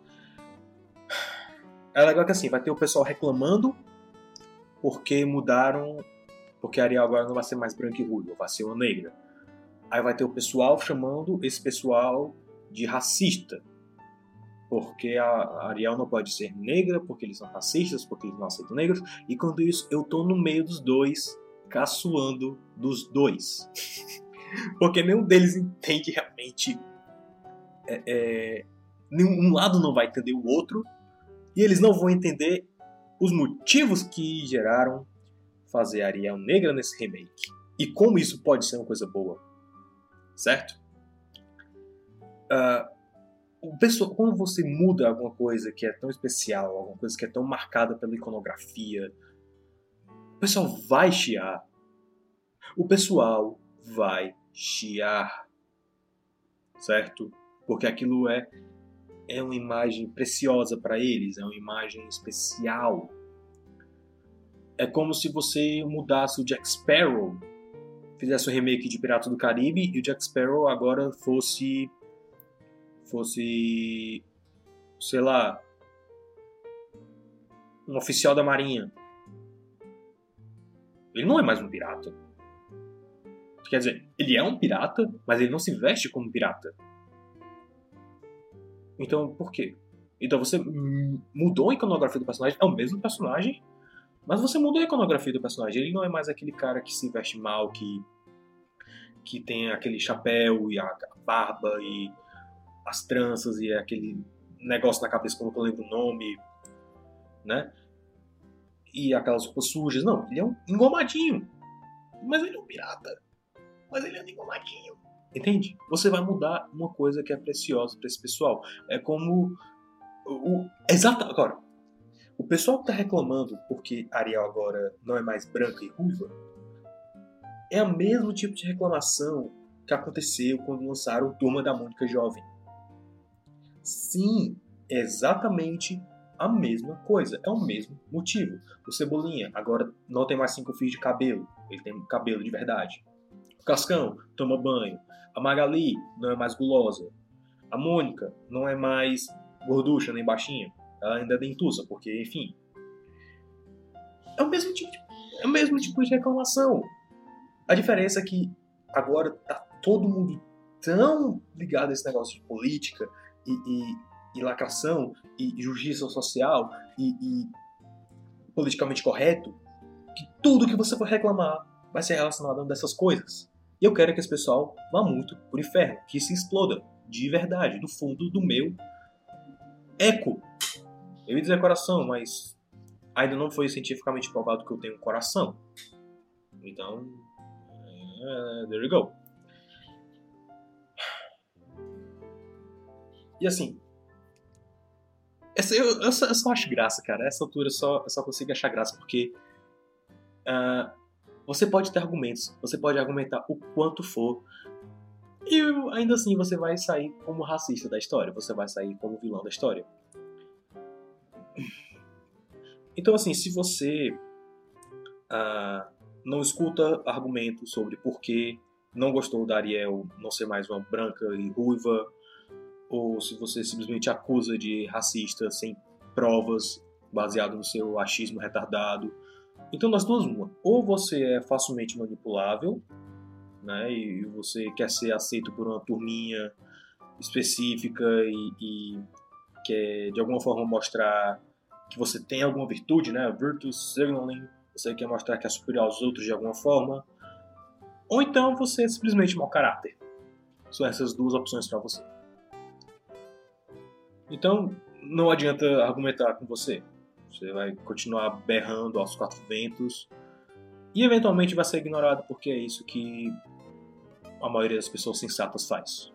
É legal que assim, vai ter o pessoal reclamando porque mudaram, porque a Ariel agora não vai ser mais branca e ruiva, vai ser uma negra. Aí vai ter o pessoal chamando esse pessoal de racista. Porque a Ariel não pode ser negra, porque eles são racistas, porque eles não aceitam negros. E quando isso, eu tô no meio dos dois, caçoando dos dois. Porque nenhum deles entende realmente... É, é, nenhum lado não vai entender o outro. E eles não vão entender os motivos que geraram fazer a Ariel negra nesse remake. E como isso pode ser uma coisa boa. Certo? Uh, o pessoal, quando você muda alguma coisa que é tão especial, alguma coisa que é tão marcada pela iconografia, o pessoal vai chiar. O pessoal vai chiar. Certo? Porque aquilo é, é uma imagem preciosa para eles, é uma imagem especial. É como se você mudasse o Jack Sparrow, fizesse um remake de Piratas do Caribe e o Jack Sparrow agora fosse fosse sei lá, um oficial da marinha. Ele não é mais um pirata. Quer dizer, ele é um pirata, mas ele não se veste como pirata. Então, por quê? Então você mudou a iconografia do personagem, é o mesmo personagem, mas você mudou a iconografia do personagem. Ele não é mais aquele cara que se veste mal, que, que tem aquele chapéu e a barba e as tranças e aquele negócio na cabeça quando eu lembro o nome, né? E aquelas roupas sujas. Não, ele é um engomadinho. Mas ele é um pirata. Mas ele é um engomadinho. Entende? Você vai mudar uma coisa que é preciosa para esse pessoal. É como... O, exato, agora, o pessoal que tá reclamando porque Ariel agora não é mais branca e ruiva é o mesmo tipo de reclamação que aconteceu quando lançaram Turma da Mônica Jovem. Sim, é exatamente a mesma coisa. É o mesmo motivo. O Cebolinha agora não tem mais cinco fios de cabelo. Ele tem cabelo de verdade. O Cascão toma banho. A Magali não é mais gulosa. A Mônica não é mais gorducha nem baixinha. Ela ainda é dentuça, porque, enfim... É o mesmo tipo de, é o mesmo tipo de reclamação. A diferença é que agora tá todo mundo tão ligado a esse negócio de política e, e, e lacração e justiça social e, e politicamente correto, que tudo que você for reclamar vai ser relacionado a uma dessas coisas. E eu quero que esse pessoal vá muito pro inferno, que se exploda de verdade, do fundo do meu eco. Eu ia dizer coração, mas ainda não foi cientificamente provado que eu tenho um coração. Então, uh, there you go. E assim, essa, eu, eu, só, eu só acho graça, cara. Essa altura eu só, eu só consigo achar graça porque uh, você pode ter argumentos, você pode argumentar o quanto for, e ainda assim você vai sair como racista da história, você vai sair como vilão da história. Então, assim, se você uh, não escuta argumentos sobre por que não gostou da Ariel não ser mais uma branca e ruiva, ou se você simplesmente acusa de racista sem provas, baseado no seu achismo retardado, então das duas uma. Ou você é facilmente manipulável, né, e você quer ser aceito por uma turminha específica e, e quer de alguma forma mostrar que você tem alguma virtude, né? Virtue signaling, você quer mostrar que é superior aos outros de alguma forma. Ou então você é simplesmente mau caráter. São essas duas opções para você. Então, não adianta argumentar com você. Você vai continuar berrando aos quatro ventos e eventualmente vai ser ignorado porque é isso que a maioria das pessoas sensatas faz.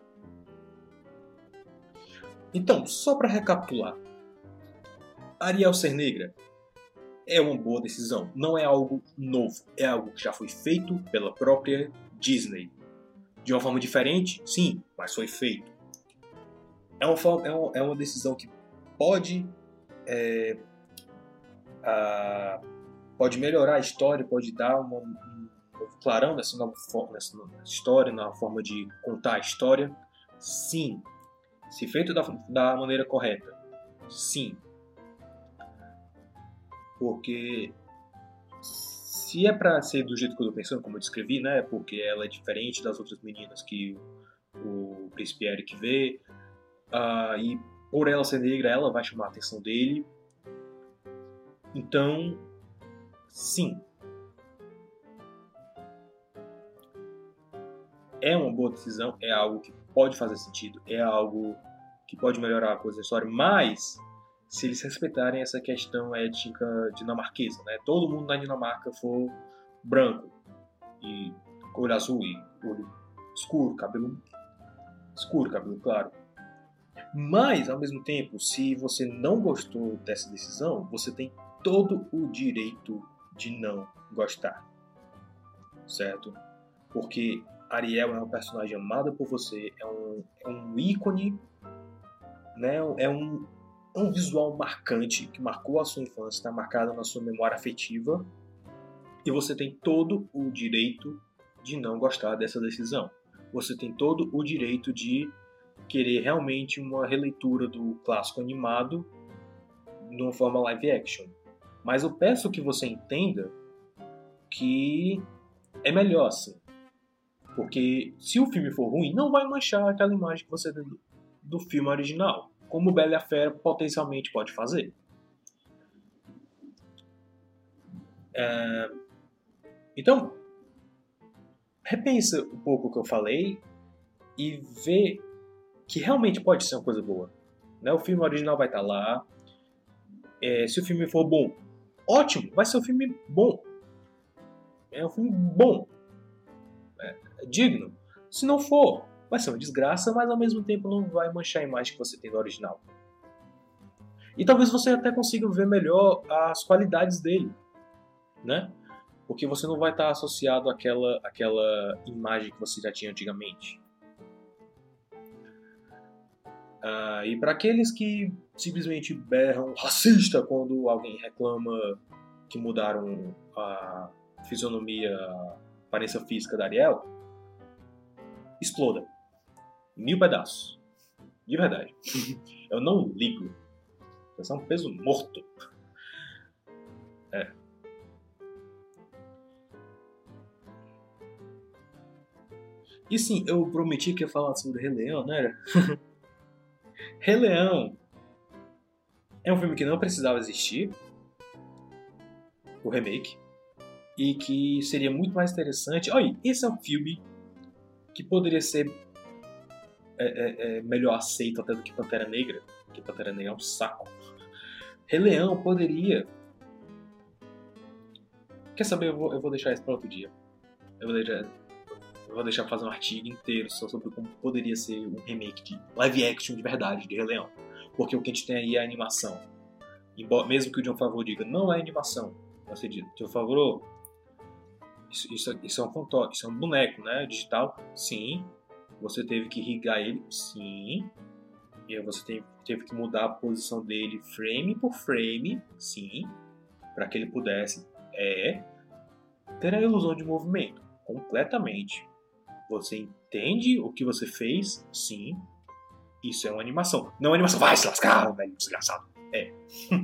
Então, só para recapitular, Ariel ser negra é uma boa decisão. Não é algo novo. É algo que já foi feito pela própria Disney. De uma forma diferente, sim, mas foi feito. É uma, forma, é uma, é uma decisão que pode, é, a, pode melhorar a história, pode dar uma, um novo clarão nessa nova, nessa nova história, na forma de contar a história. Sim. Se feito da, da maneira correta. Sim. Porque se é pra ser do jeito que eu tô pensando, como eu descrevi, né? Porque ela é diferente das outras meninas que o, o príncipe Eric vê. Uh, e por ela ser negra, ela vai chamar a atenção dele. Então, sim. É uma boa decisão, é algo que pode fazer sentido, é algo que pode melhorar a coisa da história, mas se eles respeitarem essa questão étnica dinamarquesa, né? Todo mundo na Dinamarca for branco e olho azul e olho escuro, cabelo escuro, cabelo claro. Mas, ao mesmo tempo, se você não gostou dessa decisão, você tem todo o direito de não gostar, certo? Porque Ariel é uma personagem amada por você, é um, é um ícone, né? É um um visual marcante que marcou a sua infância, está marcado na sua memória afetiva, e você tem todo o direito de não gostar dessa decisão. Você tem todo o direito de querer realmente uma releitura do clássico animado de uma forma live action. Mas eu peço que você entenda que é melhor assim. Porque se o filme for ruim, não vai manchar aquela imagem que você tem do filme original, como Bela e a Fera potencialmente pode fazer. É... Então, repensa um pouco o que eu falei e vê que realmente pode ser uma coisa boa. Né? O filme original vai estar lá. É, se o filme for bom, ótimo, vai ser um filme bom. É um filme bom. É, é digno. Se não for, vai ser uma desgraça, mas ao mesmo tempo não vai manchar a imagem que você tem do original. E talvez você até consiga ver melhor as qualidades dele, né? Porque você não vai estar associado àquela, àquela imagem que você já tinha antigamente. Ah, e para aqueles que simplesmente berram racista quando alguém reclama que mudaram a fisionomia, a aparência física da Ariel, exploda. Mil pedaços. De verdade. Eu não ligo. Isso é um peso morto. É. E sim, eu prometi que ia falar sobre Rei Leão, não era? Rei Leão é um filme que não precisava existir, o remake, e que seria muito mais interessante. Olha, esse é um filme que poderia ser é, é, é, melhor aceito até do que Pantera Negra, porque Pantera Negra é um saco. Rei Leão poderia... Quer saber? Eu vou, eu vou deixar isso para outro dia. Eu vou deixar... Eu vou deixar fazer um artigo inteiro só sobre como poderia ser um remake de live action de verdade de Rei Leão. Porque o que a gente tem aí é a animação. Embora, mesmo que o Jon Favreau diga, não é animação. Você diz, Jon Favreau, isso, isso, isso é um contorno, isso é um boneco, né? Digital. Sim. Você teve que irrigar ele. Sim. E aí você teve, teve que mudar a posição dele frame por frame. Sim. Para que ele pudesse é, ter a ilusão de movimento. Completamente. Você entende o que você fez? Sim. Isso é uma animação. Não é animação. Vai se lascar, velho. Desgraçado. É.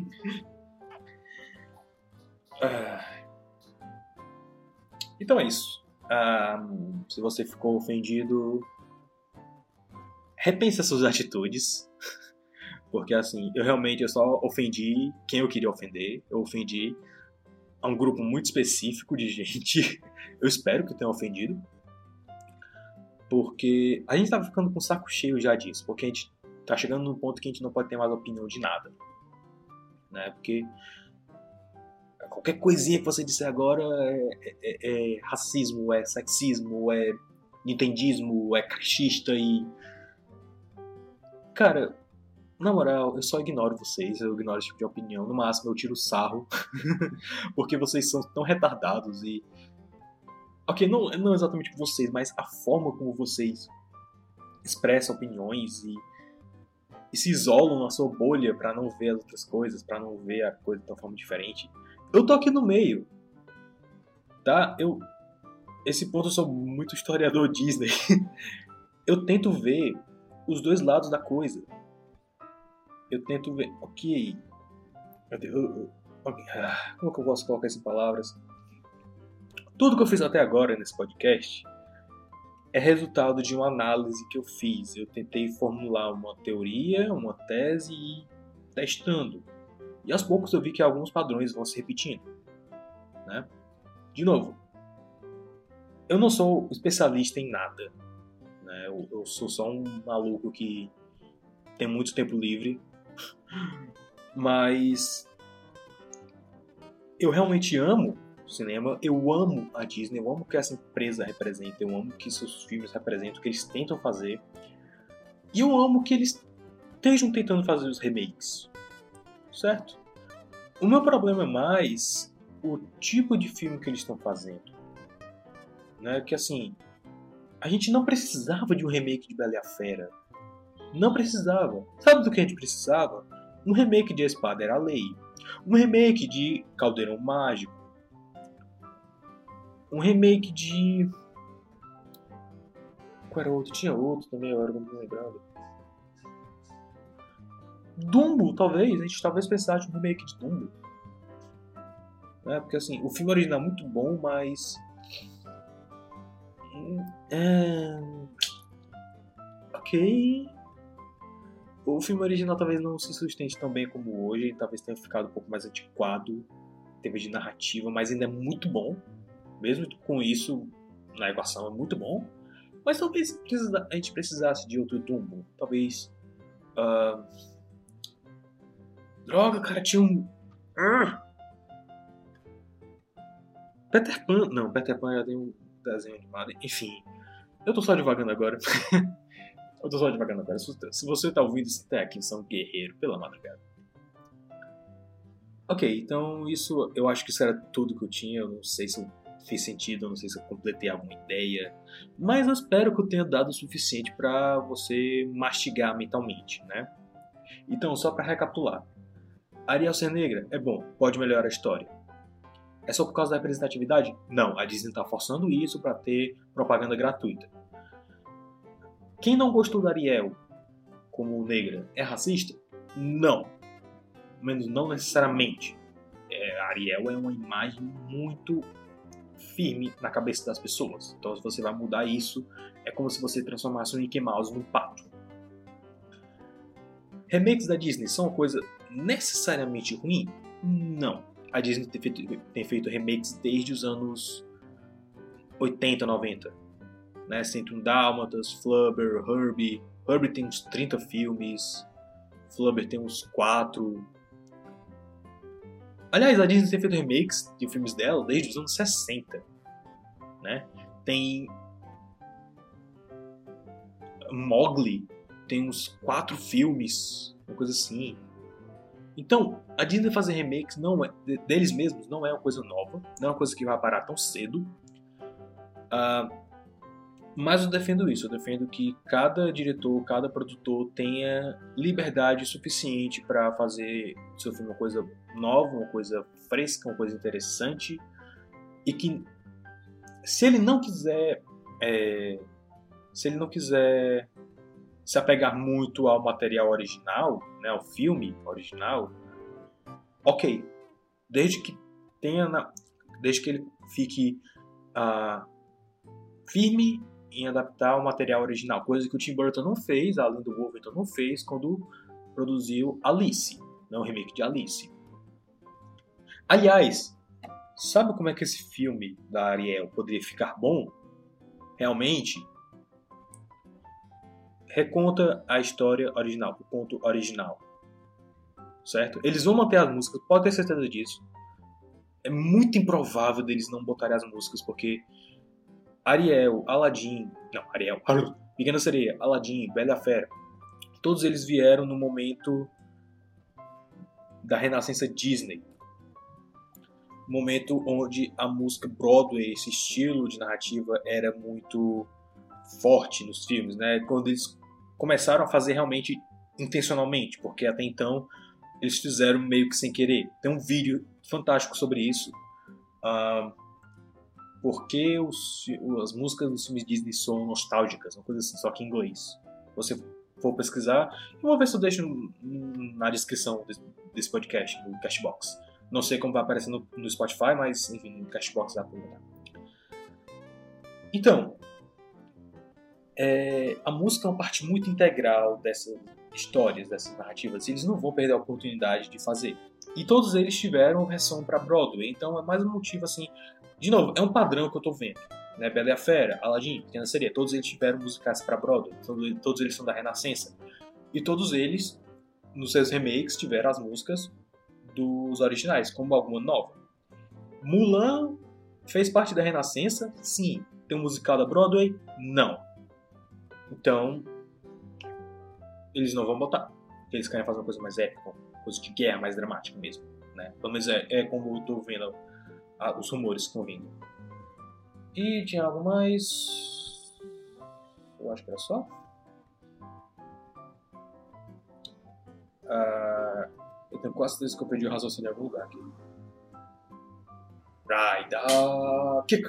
ah. Então é isso. Ah, se você ficou ofendido, repense as suas atitudes. Porque assim, eu realmente eu só ofendi quem eu queria ofender. Eu ofendi a um grupo muito específico de gente. Eu espero que eu tenha ofendido. Porque a gente tá ficando com o saco cheio já disso. Porque a gente tá chegando num ponto que a gente não pode ter mais opinião de nada. Né? Porque qualquer coisinha que você disser agora é, é, é racismo, é sexismo, é nintendismo, é cachista e... Cara, na moral, eu só ignoro vocês, eu ignoro esse tipo de opinião. No máximo eu tiro sarro. Porque vocês são tão retardados e... Ok, não, não exatamente vocês, mas a forma como vocês expressam opiniões e, e se isolam na sua bolha pra não ver as outras coisas, pra não ver a coisa de uma forma diferente. Eu tô aqui no meio, tá? Eu, esse ponto eu sou muito historiador Disney. Eu tento ver os dois lados da coisa. Eu tento ver... Ok. Eu, eu, okay. Como que eu posso colocar isso em palavras? Tudo que eu fiz até agora nesse podcast é resultado de uma análise que eu fiz. Eu tentei formular uma teoria, uma tese e testando. E aos poucos eu vi que alguns padrões vão se repetindo. Né? De novo, eu não sou especialista em nada. Né? Eu, eu sou só um maluco que tem muito tempo livre. Mas eu realmente amo cinema, eu amo a Disney, eu amo o que essa empresa representa, eu amo o que seus filmes representam, o que eles tentam fazer, e eu amo que eles estejam tentando fazer os remakes, certo? O meu problema é mais o tipo de filme que eles estão fazendo, né? Que assim, a gente não precisava de um remake de Bela e a Fera, não precisava. Sabe do que a gente precisava? Um remake de A Espada Era a Lei, um remake de Caldeirão Mágico, um remake de... Qual era outro? Tinha outro também, agora não me lembrando. Dumbo, talvez. A gente talvez precisasse de um remake de Dumbo. Né? Porque assim, o filme original é muito bom, mas... É... Ok... O filme original talvez não se sustente tão bem como hoje. Talvez tenha ficado um pouco mais antiquado em termos de narrativa, mas ainda é muito bom. Mesmo com isso, na equação é muito bom. Mas talvez a gente precisasse de outro Dumbo. Talvez... Uh, Droga, cara, tinha um... Ah! Peter Pan... Não, Peter Pan já tem um desenho animado. Enfim, eu tô só devagando agora. eu tô só devagando agora. Se você tá ouvindo isso até aqui, você é um guerreiro, pela madrugada. Ok, então isso... Eu acho que isso era tudo que eu tinha. Eu não sei se fez sentido, eu não sei se eu completei alguma ideia. Mas eu espero que eu tenha dado o suficiente pra você mastigar mentalmente, né? Então, só pra recapitular. Ariel ser negra é bom, pode melhorar a história. É só por causa da representatividade? Não, a Disney está forçando isso para ter propaganda gratuita. Quem não gostou da Ariel como negra é racista? Não. Menos não necessariamente. É, a Ariel é uma imagem muito firme na cabeça das pessoas. Então se você vai mudar isso, é como se você transformasse o Mickey Mouse num pato. Remakes da Disney são uma coisa necessariamente ruim? Não. A Disney tem feito, tem feito remakes desde os anos oitenta, noventa. Né? cento e um Dálmatas, Flubber, Herbie. Herbie tem uns trinta filmes. Flubber tem uns quatro. Aliás, a Disney tem feito remakes de filmes dela desde os anos sessenta. Né? Tem... Mowgli. Tem uns quatro filmes, uma coisa assim. Então, a Disney fazer remakes não é, deles mesmos não é uma coisa nova, não é uma coisa que vai parar tão cedo. Uh, mas eu defendo isso, eu defendo que cada diretor, cada produtor tenha liberdade suficiente para fazer seu filme uma coisa nova, uma coisa fresca, uma coisa interessante. E que, se ele não quiser... É, se ele não quiser... se apegar muito ao material original, né, ao filme original, ok. Desde que tenha, na, desde que ele fique uh, firme em adaptar o material original, coisa que o Tim Burton não fez, a Linda Woolverton não fez quando produziu Alice, né, o remake de Alice. Aliás, sabe como é que esse filme da Ariel poderia ficar bom? Realmente... reconta a história original, o conto original, certo? Eles vão manter as músicas, pode ter certeza disso. É muito improvável deles não botarem as músicas, porque Ariel, Aladdin, não, Ariel, Pequena Sereia, Aladdin, Bela Fera, todos eles vieram no momento da renascença Disney. Momento onde a música Broadway, esse estilo de narrativa, era muito forte nos filmes, né? Quando eles começaram a fazer realmente intencionalmente, porque até então eles fizeram meio que sem querer. Tem um vídeo fantástico sobre isso, uh, porque os, as músicas dos filmes Disney são nostálgicas, uma coisa assim, só que em inglês. Se você for pesquisar, eu vou ver se eu deixo na descrição desse, desse podcast, no Cashbox. Não sei como vai aparecer no, no Spotify, mas enfim, no Cashbox dá pra olhar. Então, É, a música é uma parte muito integral dessas histórias, dessas narrativas. Eles não vão perder a oportunidade de fazer. E todos eles tiveram versão para Broadway. Então é mais um motivo assim... De novo, é um padrão que eu tô vendo. Né? Bela e a Fera, Aladdin, Pequena Sereia. Todos eles tiveram musicais para Broadway. Todos, todos eles são da Renascença. E todos eles, nos seus remakes, tiveram as músicas dos originais, como alguma nova. Mulan fez parte da Renascença? Sim. Tem um musical da Broadway? Não. Então, eles não vão botar. Porque eles querem fazer uma coisa mais épica, uma coisa de guerra, mais dramática mesmo. Né? Pelo menos é, é como eu tô vendo a, os rumores que estão vindo. E tinha algo mais... Eu acho que era só. Uh, eu tenho quase certeza que eu perdi o raciocínio em algum lugar aqui. Right, uh, kick!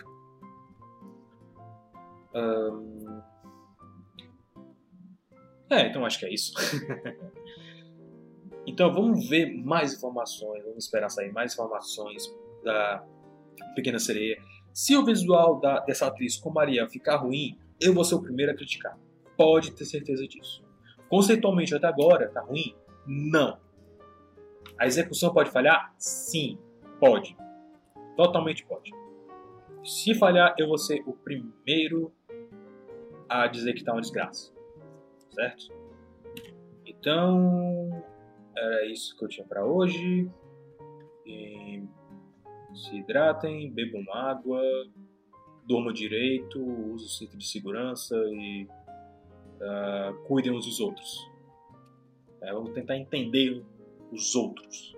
Um... É, então acho que é isso. Então vamos ver mais informações, vamos esperar sair mais informações da Pequena Sereia. Se o visual da, dessa atriz como Ariel ficar ruim, eu vou ser o primeiro a criticar. Pode ter certeza disso. Conceitualmente até agora, tá ruim? Não. A execução pode falhar? Sim, pode. Totalmente pode. Se falhar, eu vou ser o primeiro a dizer que tá uma desgraça. Certo? Então, era isso que eu tinha para hoje. E se hidratem, bebam água, durmam direito, usem o cinto de segurança e uh, cuidem uns dos outros. É, vamos tentar entender os outros.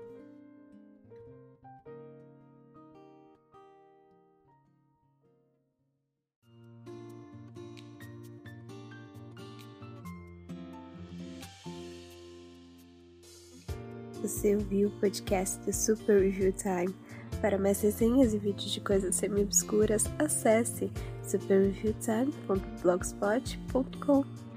Você ouviu o podcast do Super Review Time. Para mais resenhas e vídeos de coisas semi-obscuras, acesse super review time ponto blogspot ponto com.